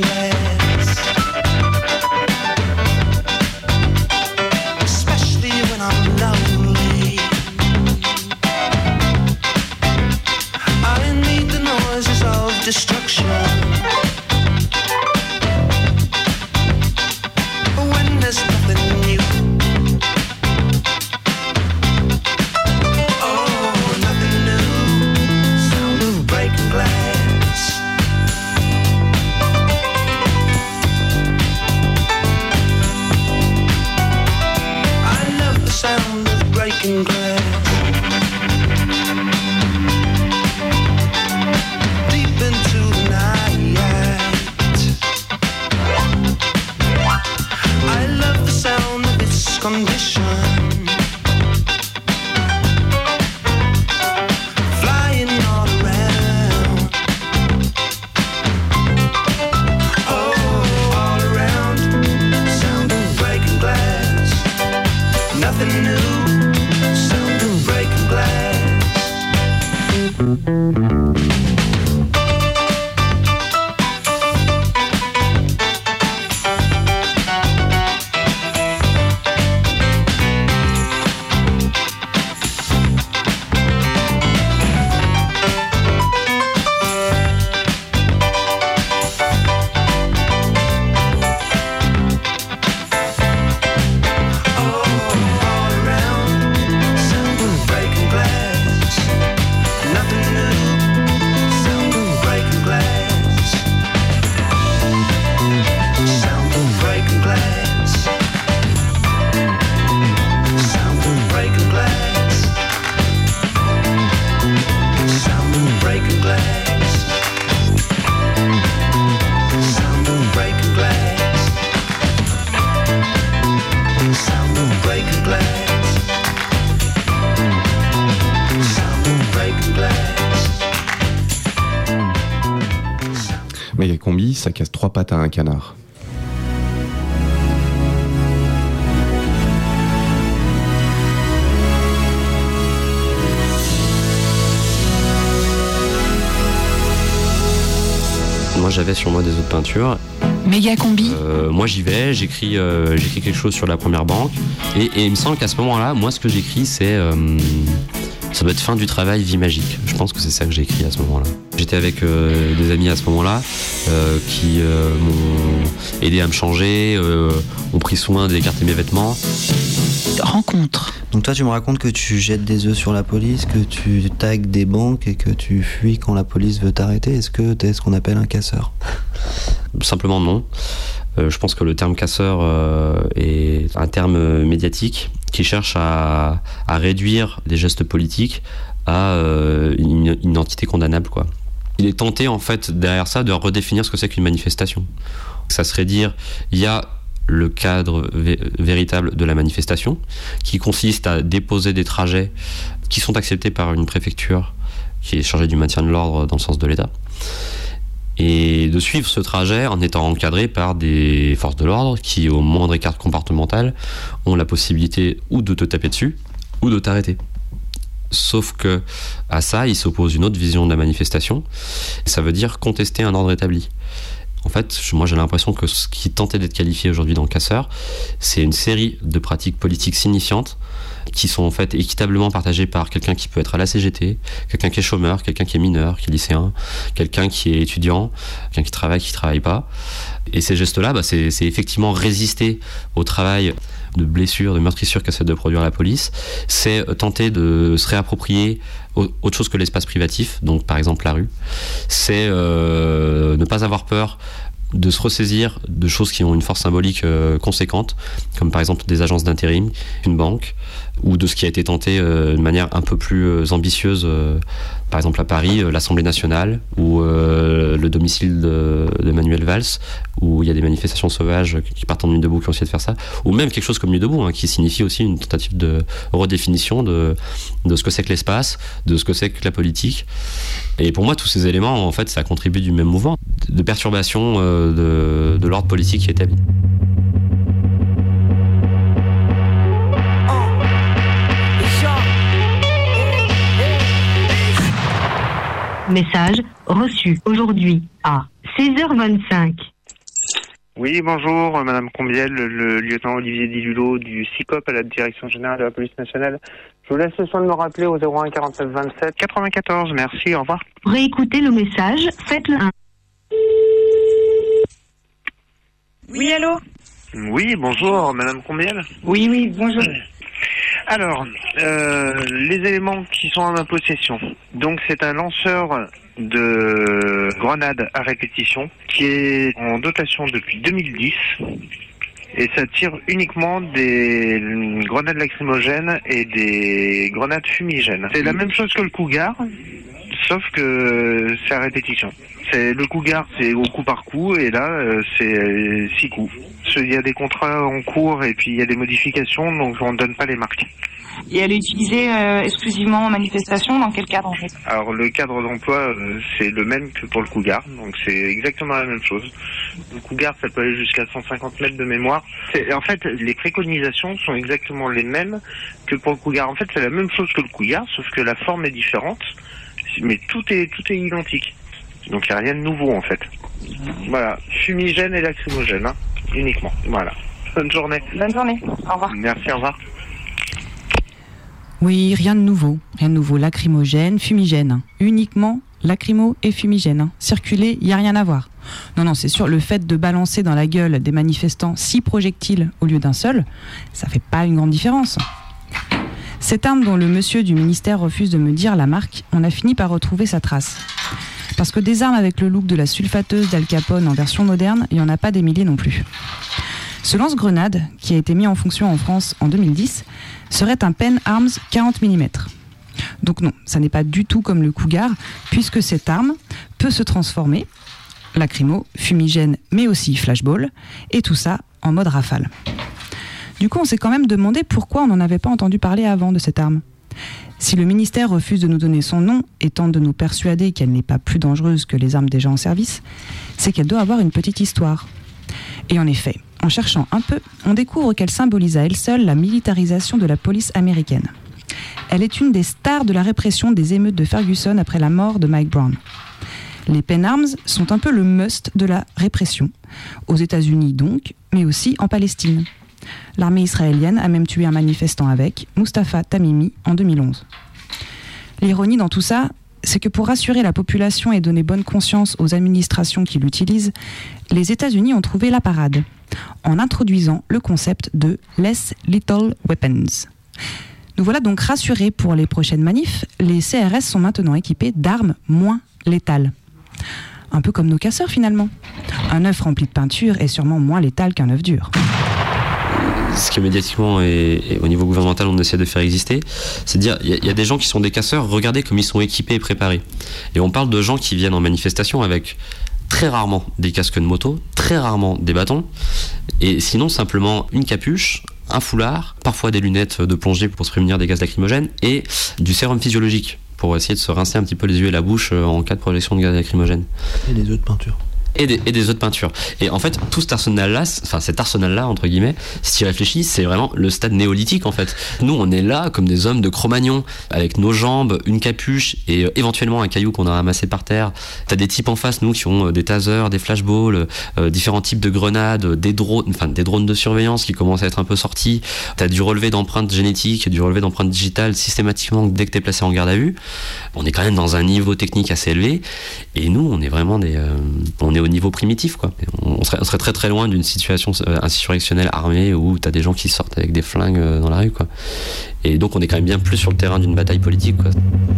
Destruction. When there's nothing new. Oh, nothing new. Sound of breaking glass. I love the sound of breaking glass. Condition. Flying all around. Oh, all around. Sound of breaking glass. Nothing new. Sound of breaking glass. Méga Combi, ça casse 3 pattes à un canard. Moi j'avais sur moi des autres peintures. Méga Combi. Moi j'y vais, j'écris quelque chose sur la première banque et il me semble qu'à ce moment-là, moi ce que j'écris c'est ça doit être fin du travail, vie magique. Je pense que c'est ça que j'ai écrit à ce moment-là. J'étais avec des amis à ce moment-là qui m'ont aidé à me changer, ont pris soin d'écarter mes vêtements. Rencontre. Donc toi tu me racontes que tu jettes des œufs sur la police, que tu tags des banques et que tu fuis quand la police veut t'arrêter. Est-ce que t'es ce qu'on appelle un casseur ? Simplement non. Je pense que le terme casseur est un terme médiatique qui cherche à réduire les gestes politiques à une entité condamnable, quoi. Il est tenté en fait derrière ça de redéfinir ce que c'est qu'une manifestation. Ça serait dire il y a le cadre véritable de la manifestation qui consiste à déposer des trajets qui sont acceptés par une préfecture qui est chargée du maintien de l'ordre dans le sens de l'État, et de suivre ce trajet en étant encadré par des forces de l'ordre qui, au moindre écart comportemental, ont la possibilité ou de te taper dessus ou de t'arrêter. Sauf que à ça, il s'oppose une autre vision de la manifestation. Ça veut dire contester un ordre établi. En fait, moi j'ai l'impression que ce qui tentait d'être qualifié aujourd'hui dans Casseurs, c'est une série de pratiques politiques signifiantes qui sont en fait équitablement partagées par quelqu'un qui peut être à la CGT, quelqu'un qui est chômeur, quelqu'un qui est mineur, qui est lycéen, quelqu'un qui est étudiant, quelqu'un qui travaille pas. Et ces gestes-là, c'est effectivement résister au travail de blessures, de meurtrissures qu'essaie de produire la police. C'est tenter de se réapproprier autre chose que l'espace privatif, donc par exemple la rue. C'est ne pas avoir peur de se ressaisir de choses qui ont une force symbolique conséquente, comme par exemple des agences d'intérim, une banque, ou de ce qui a été tenté de manière un peu plus ambitieuse, par exemple à Paris, l'Assemblée nationale, ou le domicile de Manuel Valls, où il y a des manifestations sauvages qui partent en nuit debout, qui ont essayé de faire ça, ou même quelque chose comme nuit debout, qui signifie aussi une tentative de redéfinition de ce que c'est que l'espace, de ce que c'est que la politique. Et pour moi, tous ces éléments, en fait, ça contribue du même mouvement de perturbation de l'ordre politique qui est établi. Message reçu aujourd'hui à 16h25. Oui, bonjour, Madame Combiel, le lieutenant Olivier Dilulot du SICOP à la Direction Générale de la Police Nationale. Je vous laisse le soin de me rappeler au 01 47 27 94. Merci, au revoir. Réécoutez le message, faites-le 1. Oui, allô? Oui, bonjour, Madame Combiel. Oui, bonjour. Alors, les éléments qui sont en ma possession. Donc, c'est un lanceur de grenades à répétition qui est en dotation depuis 2010 et ça tire uniquement des grenades lacrymogènes et des grenades fumigènes. C'est la même chose que le Cougar, sauf que c'est à répétition. Le Cougar, c'est au coup par coup, et là, c'est 6 coups. Il y a des contrats en cours, et puis il y a des modifications, donc on ne donne pas les marques. Et elle est utilisée exclusivement en manifestation, dans quel cadre en fait? Alors le cadre d'emploi, c'est le même que pour le Cougar, donc c'est exactement la même chose. Le Cougar, ça peut aller jusqu'à 150 mètres de mémoire. En fait, les préconisations sont exactement les mêmes que pour le Cougar. En fait, c'est la même chose que le Cougar, sauf que la forme est différente, mais tout est identique. Donc il n'y a rien de nouveau en fait. Voilà, fumigène et lacrymogène, uniquement. Voilà. Bonne journée. Bonne journée. Au revoir. Merci, au revoir. Oui, rien de nouveau. Lacrymogène, fumigène. Uniquement lacrymo et fumigène. Circuler, il n'y a rien à voir. Non, c'est sûr, le fait de balancer dans la gueule des manifestants 6 projectiles au lieu d'un seul, ça fait pas une grande différence. Cette arme dont le monsieur du ministère refuse de me dire la marque, on a fini par retrouver sa trace. Parce que des armes avec le look de la sulfateuse d'Al Capone en version moderne, il n'y en a pas des milliers non plus. Ce lance-grenade, qui a été mis en fonction en France en 2010, serait un Pen Arms 40 mm. Donc non, ça n'est pas du tout comme le Cougar, puisque cette arme peut se transformer, lacrymo, fumigène, mais aussi flashball, et tout ça en mode rafale. Du coup, on s'est quand même demandé pourquoi on n'en avait pas entendu parler avant de cette arme. Si le ministère refuse de nous donner son nom et tente de nous persuader qu'elle n'est pas plus dangereuse que les armes déjà en service, c'est qu'elle doit avoir une petite histoire. Et en effet, en cherchant un peu, on découvre qu'elle symbolise à elle seule la militarisation de la police américaine. Elle est une des stars de la répression des émeutes de Ferguson après la mort de Mike Brown. Les Pen Arms sont un peu le must de la répression, aux États-Unis donc, mais aussi en Palestine. L'armée israélienne a même tué un manifestant avec, Mustafa Tamimi, en 2011. L'ironie dans tout ça, c'est que pour rassurer la population et donner bonne conscience aux administrations qui l'utilisent, les États-Unis ont trouvé la parade, en introduisant le concept de « less lethal weapons ». Nous voilà donc rassurés pour les prochaines manifs, les CRS sont maintenant équipés d'armes moins létales. Un peu comme nos casseurs finalement. Un œuf rempli de peinture est sûrement moins létal qu'un œuf dur. Ce que médiatiquement et au niveau gouvernemental on essaie de faire exister, c'est de dire il y a des gens qui sont des casseurs, regardez comme ils sont équipés et préparés. Et on parle de gens qui viennent en manifestation avec très rarement des casques de moto, très rarement des bâtons, et sinon simplement une capuche, un foulard, parfois des lunettes de plongée pour se prémunir des gaz lacrymogènes et du sérum physiologique pour essayer de se rincer un petit peu les yeux et la bouche en cas de projection de gaz lacrymogène. Et des œufs de peinture. Et des œufs de peinture. Et en fait, tout cet arsenal-là, entre guillemets, si tu y réfléchis, c'est vraiment le stade néolithique, en fait. Nous, on est là comme des hommes de Cro-Magnon, avec nos jambes, une capuche et éventuellement un caillou qu'on a ramassé par terre. T'as des types en face, nous, qui ont des tasers, des flashballs, différents types de grenades, des drones de surveillance qui commencent à être un peu sortis. T'as du relevé d'empreintes génétiques, du relevé d'empreintes digitales systématiquement dès que t'es placé en garde à vue. On est quand même dans un niveau technique assez élevé. Et nous, on est vraiment on est au niveau primitif, quoi. On serait très très loin d'une situation insurrectionnelle armée où t'as des gens qui sortent avec des flingues dans la rue, quoi. Et donc on est quand même bien plus sur le terrain d'une bataille politique, quoi.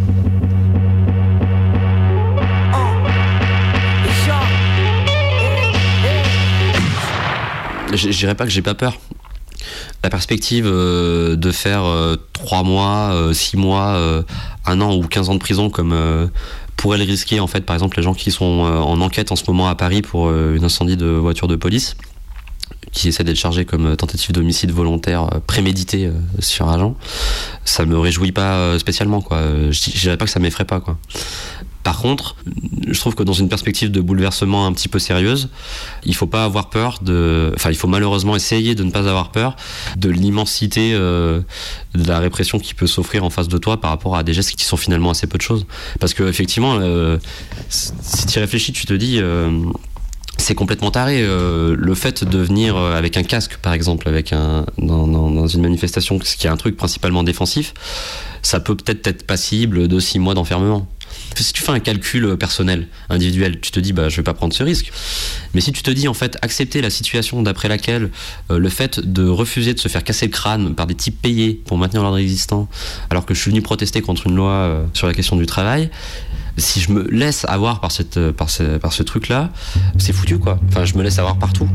Je dirais pas que j'ai pas peur. La perspective de faire 3 mois, 6 mois, 1 an ou 15 ans de prison comme pourraient le risquer, en fait, par exemple les gens qui sont en enquête en ce moment à Paris pour une incendie de voiture de police, qui essaie d'être chargé comme tentative d'homicide volontaire prémédité sur agent, ça me réjouit pas spécialement, quoi. Je dirais pas que ça m'effraie pas, quoi. Par contre, je trouve que dans une perspective de bouleversement un petit peu sérieuse, il faut pas avoir peur il faut malheureusement essayer de ne pas avoir peur de l'immensité de la répression qui peut s'offrir en face de toi par rapport à des gestes qui sont finalement assez peu de choses. Parce que effectivement, si tu y réfléchis, tu te dis... c'est complètement taré. Le fait de venir avec un casque, par exemple, dans une manifestation, ce qui est un truc principalement défensif, ça peut peut-être être passible de 6 mois d'enfermement. Si tu fais un calcul personnel, individuel, tu te dis je vais pas prendre ce risque. Mais si tu te dis en fait accepter la situation d'après laquelle le fait de refuser de se faire casser le crâne par des types payés pour maintenir l'ordre existant, alors que je suis venu protester contre une loi sur la question du travail, si je me laisse avoir par ce truc-là, c'est foutu, quoi. Enfin, je me laisse avoir partout.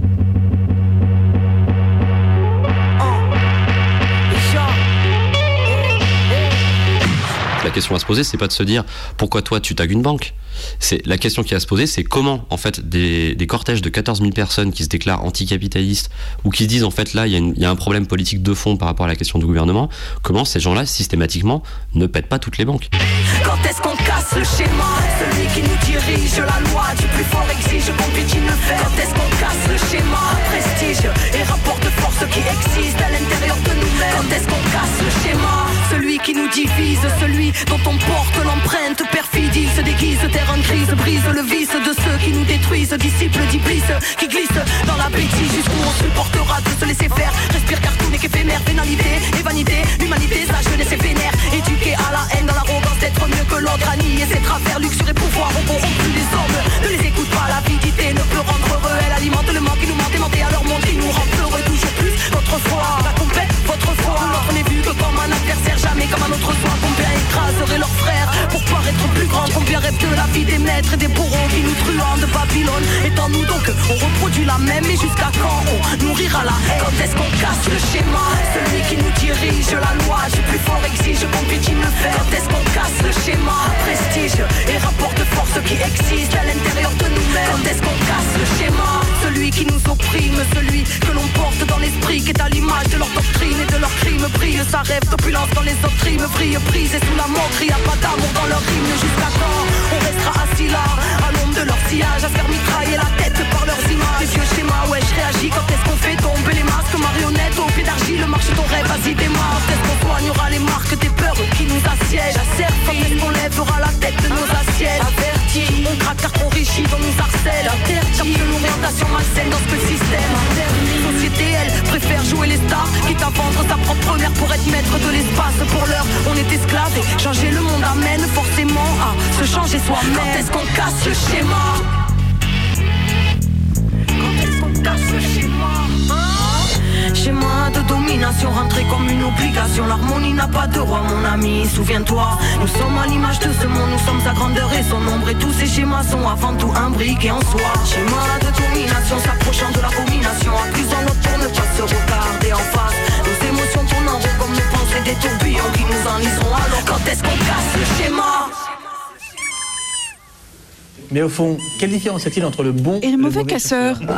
La question à se poser, c'est pas de se dire pourquoi toi tu tagues une banque. La question qui est à se poser, c'est comment en fait des cortèges de 14 000 personnes qui se déclarent anticapitalistes ou qui se disent en fait là il y a un problème politique de fond par rapport à la question du gouvernement, comment ces gens-là systématiquement ne pètent pas toutes les banques. Quand est-ce qu'on casse le schéma? Celui qui nous dirige, la loi du plus fort exige qu'on piétine le fer. Quand est-ce qu'on casse le schéma? Prestige et rapport de force qui existent à l'intérieur de nous-mêmes. Quand est-ce qu'on casse le schéma? Celui qui nous divise, celui dont on porte l'empreinte perfidie, se déguise, terrain de crise, brise le vice de ceux qui nous détruisent, disciples d'Iblis qui glissent dans la bêtise jusqu'où on supportera de se laisser faire. Respire car tout n'est qu'éphémère, pénalité et vanité, l'humanité, sa jeunesse est vénère, éduquée à la haine dans l'arrogance d'être mieux que l'autre, à nier ses travers, luxure et pouvoir, on corrompt plus les hommes, ne les écoute pas, l'avidité ne peut rendre heureux, elle alimente le manque, ils nous mentent et mentent à leur monde, ils nous rendent heureux toujours plus, votre foi, la compète, votre foi, l'autre n'est vu que comme un adversaire, jamais comme un autre soi, combien écraseraient leurs frères pour paraître plus grand, combien rêvent de la vie des maîtres et des bourreaux qui nous truandent de Babylone, étant-nous donc, on reproduit la même, et jusqu'à quand on nourrira la haine? Quand est-ce qu'on casse le schéma? Celui qui nous dirige, la loi du plus fort exige qu'on piétine le fer. Quand est-ce qu'on casse le schéma? Prestige et rapport de force qui existent à l'intérieur de nous-mêmes. Quand est-ce qu'on casse le schéma? Celui qui nous opprime, celui que l'on porte dans l'esprit, qui est à l'image de leur doctrine et de leurs crimes, brille sa rêve d'opulence dans les autres rimes, brille prise et sous la montre, y a pas d'amour dans leur rime. Jusqu'à quand on restera assis là, à l'ombre de leur sillage, à se faire mitrailler la tête par leurs images? Les vieux schémas, ouais je réagis. Quand est-ce qu'on fait tomber les masques, marionnettes au pied d'argile, marche ton rêve, vas-y démarre. Est-ce qu'on soignera les marques des peurs qui nous assiègent? Quand est-ce qu'on lèvera la tête de nos assiettes? Avertis, on craque car enrichit, on nous harcèle. Interdit de l'orientation malsaine dans ce système. La société, elle, préfère jouer les stars, quitte à vendre sa propre mère pour être maître de l'espace. Pour l'heure, on est esclave et changer le monde amène forcément à se changer soi-même. Quand est-ce qu'on casse le schéma? Quand est-ce qu'on casse le schéma? Schéma de domination rentré comme une obligation. L'harmonie n'a pas de roi mon ami, souviens-toi. Nous sommes à l'image de ce monde, nous sommes sa grandeur et son ombre. Et tous ces schémas sont avant tout imbriqués en soi. Schéma de domination s'approchant de l'abomination, accusant l'autre pour ne pas se regarder en face. Nos émotions tournent en rond comme nos pensées des tourbillons qui nous enliseront. Alors quand est-ce qu'on casse le schéma? Mais au fond, quelle différence y a-t-il entre le bon et le mauvais casseur? Je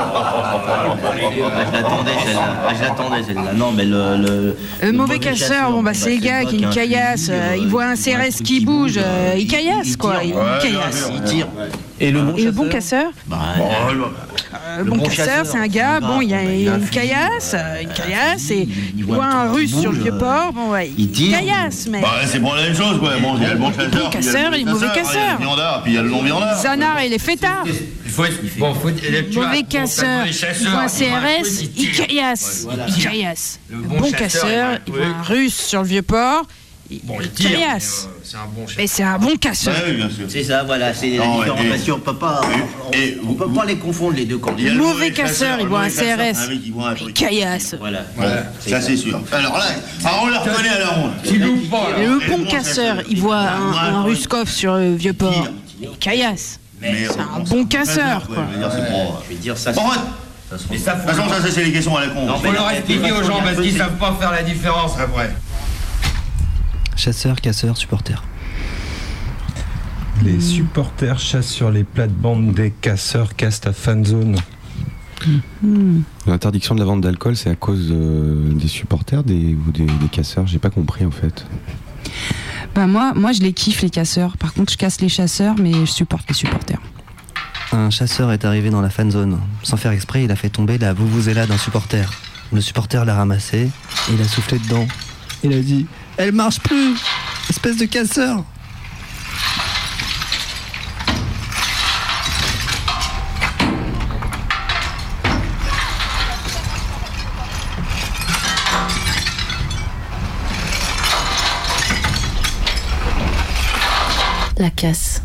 l'attendais celle-là. Non, mais le mauvais casseur, bon bah c'est les gars qui caillassent, ils voient un CRS qui bouge, ils caillassent quoi, ils caillassent. Il tire. Et le bon casseur? Le bon casseur, c'est un gars, bon, il caillasse, et il voit un russe sur le Vieux-Port, bon ouais, il caillasse, mais... c'est pour la même chose, quoi. Bon, il y a le bon chasseur, le bon casseur et le mauvais casseur. Il y a le viandard, puis il y a le non-viandard. Zanard et les fêtards. Mauvais casseur, il voit un CRS, il caillasse. Il caillasse. Le bon casseur, il voit un russe sur le Vieux-Port, il caillasse. Mais c'est un bon casseur. Oui, bien sûr. C'est ça, voilà, c'est la différenciation. On peut pas les confondre les deux. Le mauvais casseur, il voit un CRS, il caillasse. Voilà. Ça c'est sûr. Alors là, on le reconnaît à la ronde. Le bon casseur, il voit un Ruskov sur le Vieux-Port, il caillasse. C'est un bon casseur, quoi. Je vais dire ça. De toute façon, ça c'est les questions à la con. Faut leur expliquer aux gens parce qu'ils savent pas faire la différence après. Chasseurs, casseurs, supporters. Les supporters chassent sur les plates-bandes des casseurs castent à fan zone. L'interdiction de la vente d'alcool, c'est à cause des supporters ou des casseurs? J'ai pas compris en fait. Bah moi je les kiffe les casseurs. Par contre je casse les chasseurs mais je supporte les supporters. Un chasseur est arrivé dans la fan zone. Sans faire exprès, il a fait tomber la vuvuzela d'un supporter. Le supporter l'a ramassé et il a soufflé dedans. Il a dit « Elle marche plus, espèce de casseur !» La casse.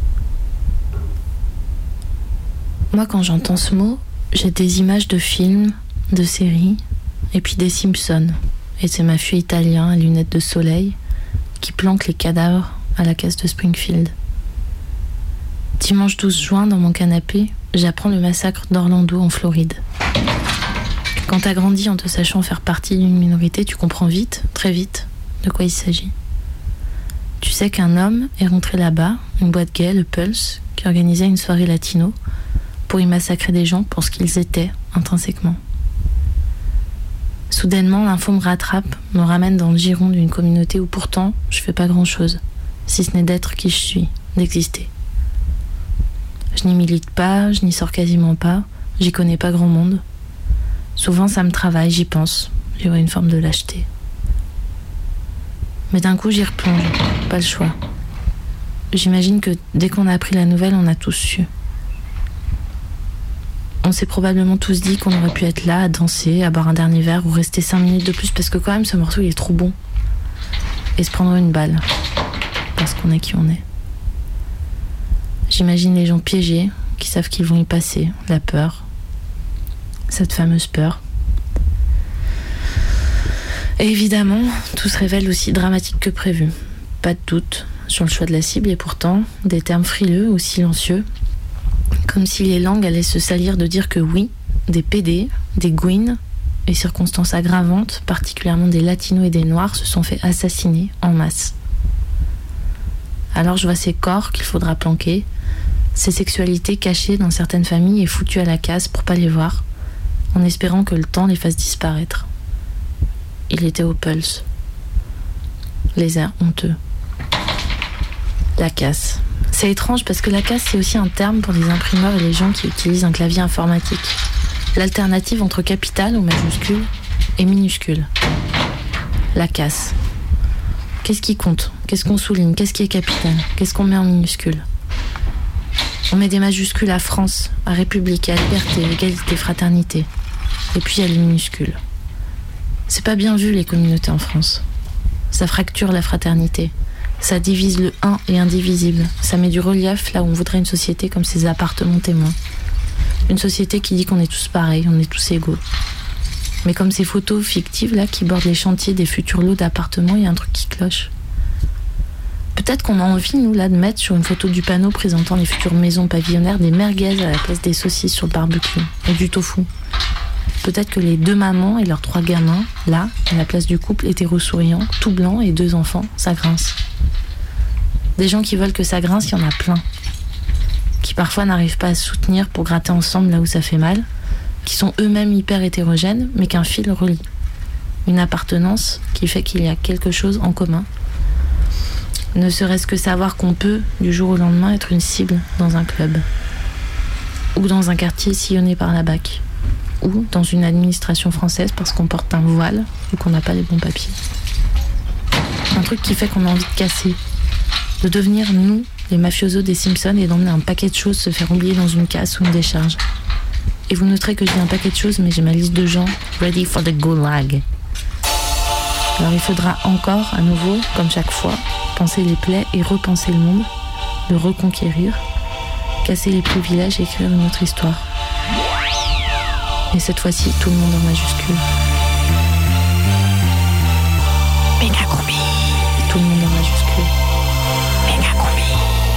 Moi, quand j'entends ce mot, j'ai des images de films, de séries, et puis des Simpsons. Et c'est ma fille italien à lunettes de soleil qui planque les cadavres à la casse de Springfield. Dimanche 12 juin, dans mon canapé, j'apprends le massacre d'Orlando en Floride. Quand t'as grandi en te sachant faire partie d'une minorité, tu comprends vite, très vite, de quoi il s'agit. Tu sais qu'un homme est rentré là-bas, une boîte gay, le Pulse, qui organisait une soirée latino, pour y massacrer des gens pour ce qu'ils étaient, intrinsèquement. Soudainement, l'info me rattrape, me ramène dans le giron d'une communauté où pourtant, je fais pas grand-chose, si ce n'est d'être qui je suis, d'exister. Je n'y milite pas, je n'y sors quasiment pas, j'y connais pas grand monde. Souvent, ça me travaille, j'y pense, j'y vois une forme de lâcheté. Mais d'un coup, j'y replonge, pas le choix. J'imagine que dès qu'on a appris la nouvelle, on a tous su. On s'est probablement tous dit qu'on aurait pu être là, à danser, à boire un dernier verre ou rester 5 minutes de plus parce que quand même ce morceau il est trop bon. Et se prendre une balle. Parce qu'on est qui on est. J'imagine les gens piégés, qui savent qu'ils vont y passer, la peur. Cette fameuse peur. Et évidemment, tout se révèle aussi dramatique que prévu. Pas de doute sur le choix de la cible et pourtant, des termes frileux ou silencieux. Comme si les langues allaient se salir de dire que oui, des PD, des Gwyn et circonstances aggravantes, particulièrement des Latinos et des Noirs, se sont fait assassiner en masse. Alors je vois ces corps qu'il faudra planquer, ces sexualités cachées dans certaines familles et foutues à la casse pour pas les voir, en espérant que le temps les fasse disparaître. Il était au Pulse. Les airs honteux. La casse. C'est étrange parce que la casse, c'est aussi un terme pour les imprimeurs et les gens qui utilisent un clavier informatique. L'alternative entre capital au majuscule et minuscule. La casse. Qu'est-ce qui compte? Qu'est-ce qu'on souligne? Qu'est-ce qui est capital? Qu'est-ce qu'on met en minuscule? On met des majuscules à France, à République, à liberté, égalité, fraternité. Et puis il y a les minuscules. C'est pas bien vu les communautés en France. Ça fracture la fraternité. Ça divise le un et indivisible. Ça met du relief là où on voudrait une société comme ces appartements témoins. Une société qui dit qu'on est tous pareils, on est tous égaux. Mais comme ces photos fictives là qui bordent les chantiers des futurs lots d'appartements, il y a un truc qui cloche. Peut-être qu'on a envie, nous, là, de mettre sur une photo du panneau présentant les futures maisons pavillonnaires des merguez à la place des saucisses sur le barbecue et du tofu. Peut-être que les 2 mamans et leurs 3 gamins, là, à la place du couple hétéro-souriant, tout blanc et 2 enfants, ça grince. Des gens qui veulent que ça grince, il y en a plein. parfois n'arrivent pas à se soutenir pour gratter ensemble là où ça fait mal, qui sont eux-mêmes hyper hétérogènes, mais qu'un fil relie. Une appartenance qui fait qu'il y a quelque chose en commun. Ne serait-ce que savoir qu'on peut, du jour au lendemain, être une cible dans un club. Ou dans un quartier sillonné par la BAC. Ou dans une administration française parce qu'on porte un voile ou qu'on n'a pas les bons papiers. Un truc qui fait qu'on a envie de casser. De devenir, nous, les mafiosos des Simpsons, et d'emmener un paquet de choses se faire oublier dans une casse ou une décharge. Et vous noterez que je dis un paquet de choses, mais j'ai ma liste de gens ready for the gulag. Alors il faudra encore, à nouveau, comme chaque fois, penser les plaies et repenser le monde, le reconquérir, casser les privilèges et écrire une autre histoire. Et cette fois-ci, tout le monde en majuscule. Méga combi. Tout le monde en majuscule. Méga combi.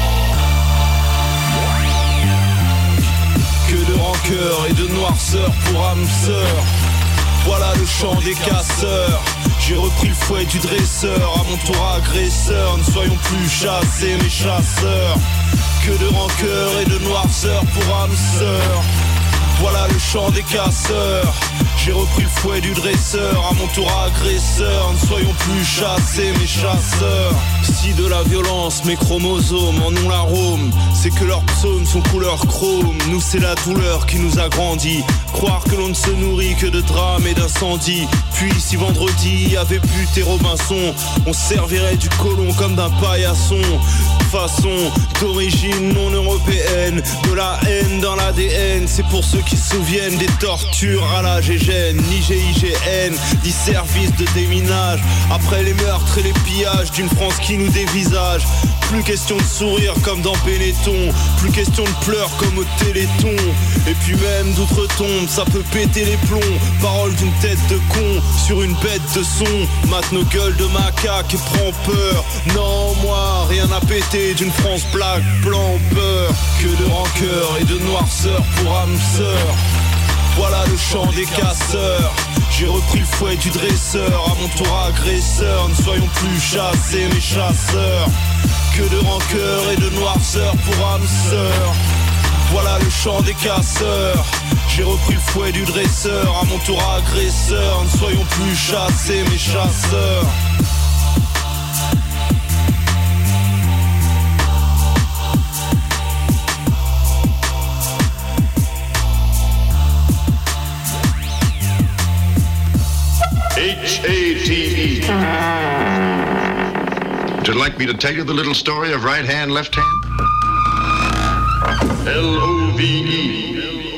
Que de rancœur et de noirceur pour âme sœur. Voilà le chant des casseurs. J'ai repris le fouet du dresseur. À mon tour agresseur. Ne soyons plus chassés mais chasseurs. Que de rancœur et de noirceur pour âme sœur. Voilà le chant des casseurs. J'ai repris le fouet du dresseur. À mon tour agresseur. Ne soyons plus chassés mais chasseurs. Si de la violence mes chromosomes en ont l'arôme, c'est que leurs psaumes sont couleur chrome. Nous c'est la douleur qui nous a grandi. Croire que l'on ne se nourrit que de drames et d'incendies. Puis si vendredi avait buté Robinson, on servirait du côlon comme d'un paillasson. Façon d'origine non européenne, de la haine dans l'ADN. C'est pour ceux qui se souviennent des tortures à la GGN, ni GIGN, ni service de déminage. Après les meurtres et les pillages d'une France qui nous dévisage. Plus question de sourire comme dans Benetton, plus question de pleurs comme au Téléthon. Et puis même d'outre-tombe, ça peut péter les plombs. Parole d'une tête de con sur une bête de son. Mate nos gueules de macaque et prend peur. Non, moi, rien à péter d'une France black, blanc, beurre. Que de rancœur et de noirceur pour âme sœur. Voilà le chant des casseurs. J'ai repris le fouet du dresseur. À mon tour agresseur. Ne soyons plus chassés mais chasseurs. Que de rancœur et de noirceur pour âme sœur. Voilà le chant des casseurs. J'ai repris le fouet du dresseur. À mon tour agresseur. Ne soyons plus chassés mais chasseurs. H-A-T-E. Would you like me to tell you the little story of right hand, left hand? L-O-V-E.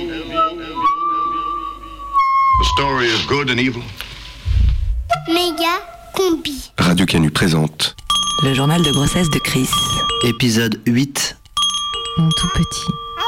The story of good and evil. Méga combi. Radio Canu présente le journal de grossesse de Chris. Épisode 8. Mon tout petit.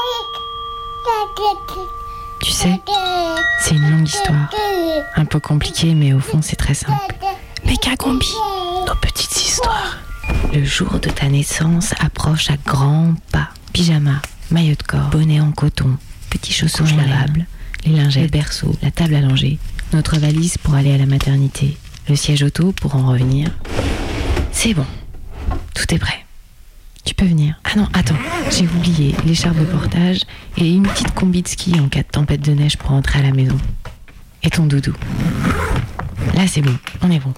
Tu sais, c'est une longue histoire. Un peu compliquée, mais au fond, c'est très simple. Méga combi, nos petites histoires. Le jour de ta naissance approche à grands pas. Pyjama, maillot de corps, bonnet en coton, petits chaussons lavables, les lingettes, le berceau, la table allongée, notre valise pour aller à la maternité, le siège auto pour en revenir. C'est bon, tout est prêt. Tu peux venir. Ah non, attends, j'ai oublié l'écharpe de portage et une petite combi de ski en cas de tempête de neige pour rentrer à la maison. Et ton doudou. Là, c'est bon, on est bon.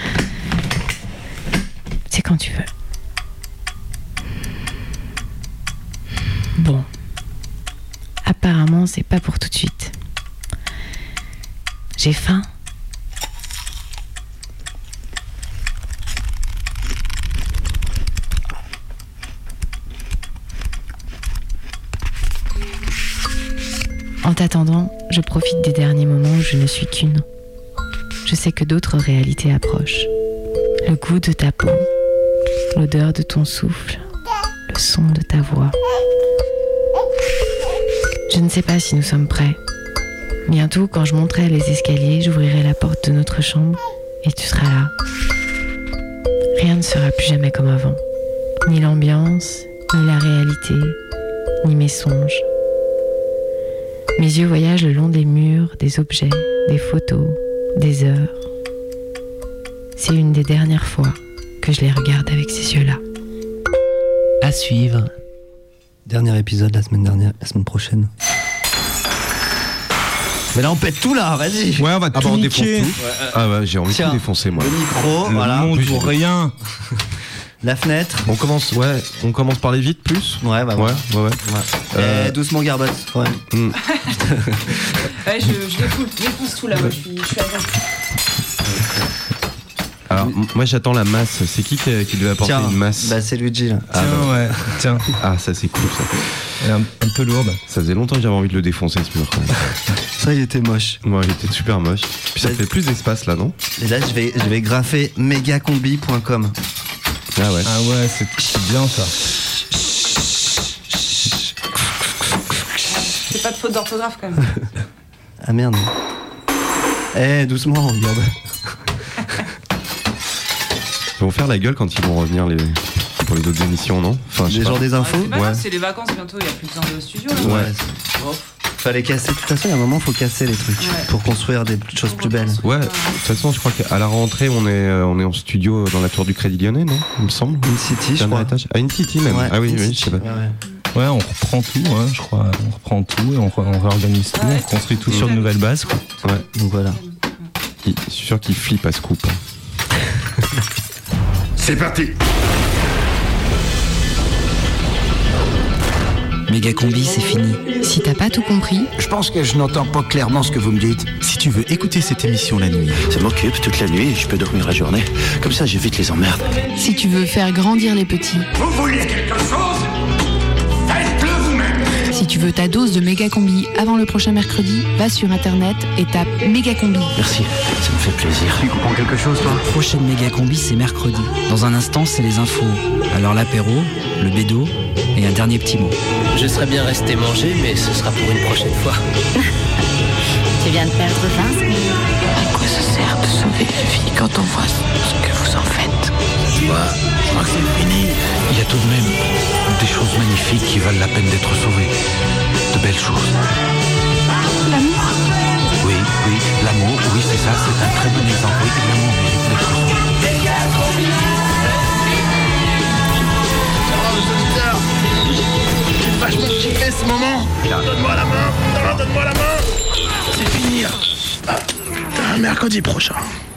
C'est quand tu veux. Bon. Apparemment, c'est pas pour tout de suite. J'ai faim. En t'attendant, je profite des derniers moments où je ne suis qu'une. Je sais que d'autres réalités approchent. Le goût de ta peau, l'odeur de ton souffle, le son de ta voix. Je ne sais pas si nous sommes prêts. Bientôt, quand je monterai les escaliers, j'ouvrirai la porte de notre chambre et tu seras là. Rien ne sera plus jamais comme avant. Ni l'ambiance, ni la réalité, ni mes songes. Mes yeux voyagent le long des murs, des objets, des photos, des heures. C'est une des dernières fois que je les regarde avec ces yeux-là. À suivre. Dernier épisode la semaine prochaine. Mais là on pète tout là, vas-y. Ouais, on va tout niquer. Ah ouais, j'ai envie de tout défoncer moi. Le micro, Le voilà. monde pour rien. La fenêtre. On commence par les vitres plus. Ouais, bah ouais. Doucement Garbotte. Ouais. Ouais, je défonce tout là, moi, je suis avec. Alors, moi j'attends la masse. C'est qui devait apporter une masse? Bah c'est Luigi là. Tiens. Ah, ça c'est cool ça. Elle est un peu lourde. Ça faisait longtemps que j'avais envie de le défoncer ce mur quand même. Ça il était moche. Ouais, il était super moche. Puis ça fait plus d'espace là, non? Et là je vais graffer megacombi.com. Ah ouais. Ah ouais, c'est bien ça. C'est pas de faute d'orthographe quand même. Ah merde. Doucement, regarde. Ils vont faire la gueule quand ils vont revenir pour les autres émissions, non? Enfin, les gens des infos. C'est les vacances bientôt, il n'y a plus besoin de studio là. Ouais. Fallait casser. De toute façon, il y a un moment, faut casser les trucs pour construire des choses plus belles. Ouais. De toute façon, je crois qu'à la rentrée, on est en studio dans la tour du Crédit Lyonnais, non? Il me semble. InCity, je crois. Ah, InCity même. Ouais, ah oui, InCity, je sais pas. Ouais, on reprend tout, je crois. On reprend tout et on réorganise tout. On construit tout sur de nouvelles bases, quoi. Ouais. Donc voilà. Je suis sûr qu'il flippe à ce coup. C'est parti. Mégacombi, c'est fini. Si t'as pas tout compris, Je pense que je n'entends pas clairement ce que vous me dites. Si tu veux écouter cette émission la nuit, Ça m'occupe toute la nuit et je peux dormir la journée. Comme ça, j'évite les emmerdes. si tu veux faire grandir les petits, Vous vouliez quelque chose? Faites-le vous-même. si tu veux ta dose de Mégacombi avant le prochain mercredi, va sur internet et tape Mégacombi. Merci, ça me fait plaisir. Tu comprends quelque chose, toi? Prochaine Mégacombi, c'est mercredi. Dans un instant, c'est les infos. Alors l'apéro, le bédo et un dernier petit mot. Je serais bien resté manger, mais ce sera pour une prochaine fois. Tu viens de perdre 20 secondes. À quoi ça sert de sauver des vies quand on voit ce que vous en faites? Tu vois, je crois que c'est fini. il y a tout de même des choses magnifiques qui valent la peine d'être sauvées. De belles choses. L'amour? Oui, l'amour, oui, c'est ça, c'est un très bon exemple. Oui, l'amour mérite d'être sauvé. J'ai vachement kiffé ce moment. Donne-moi la main. Donne-moi la main. C'est fini. Mercredi prochain.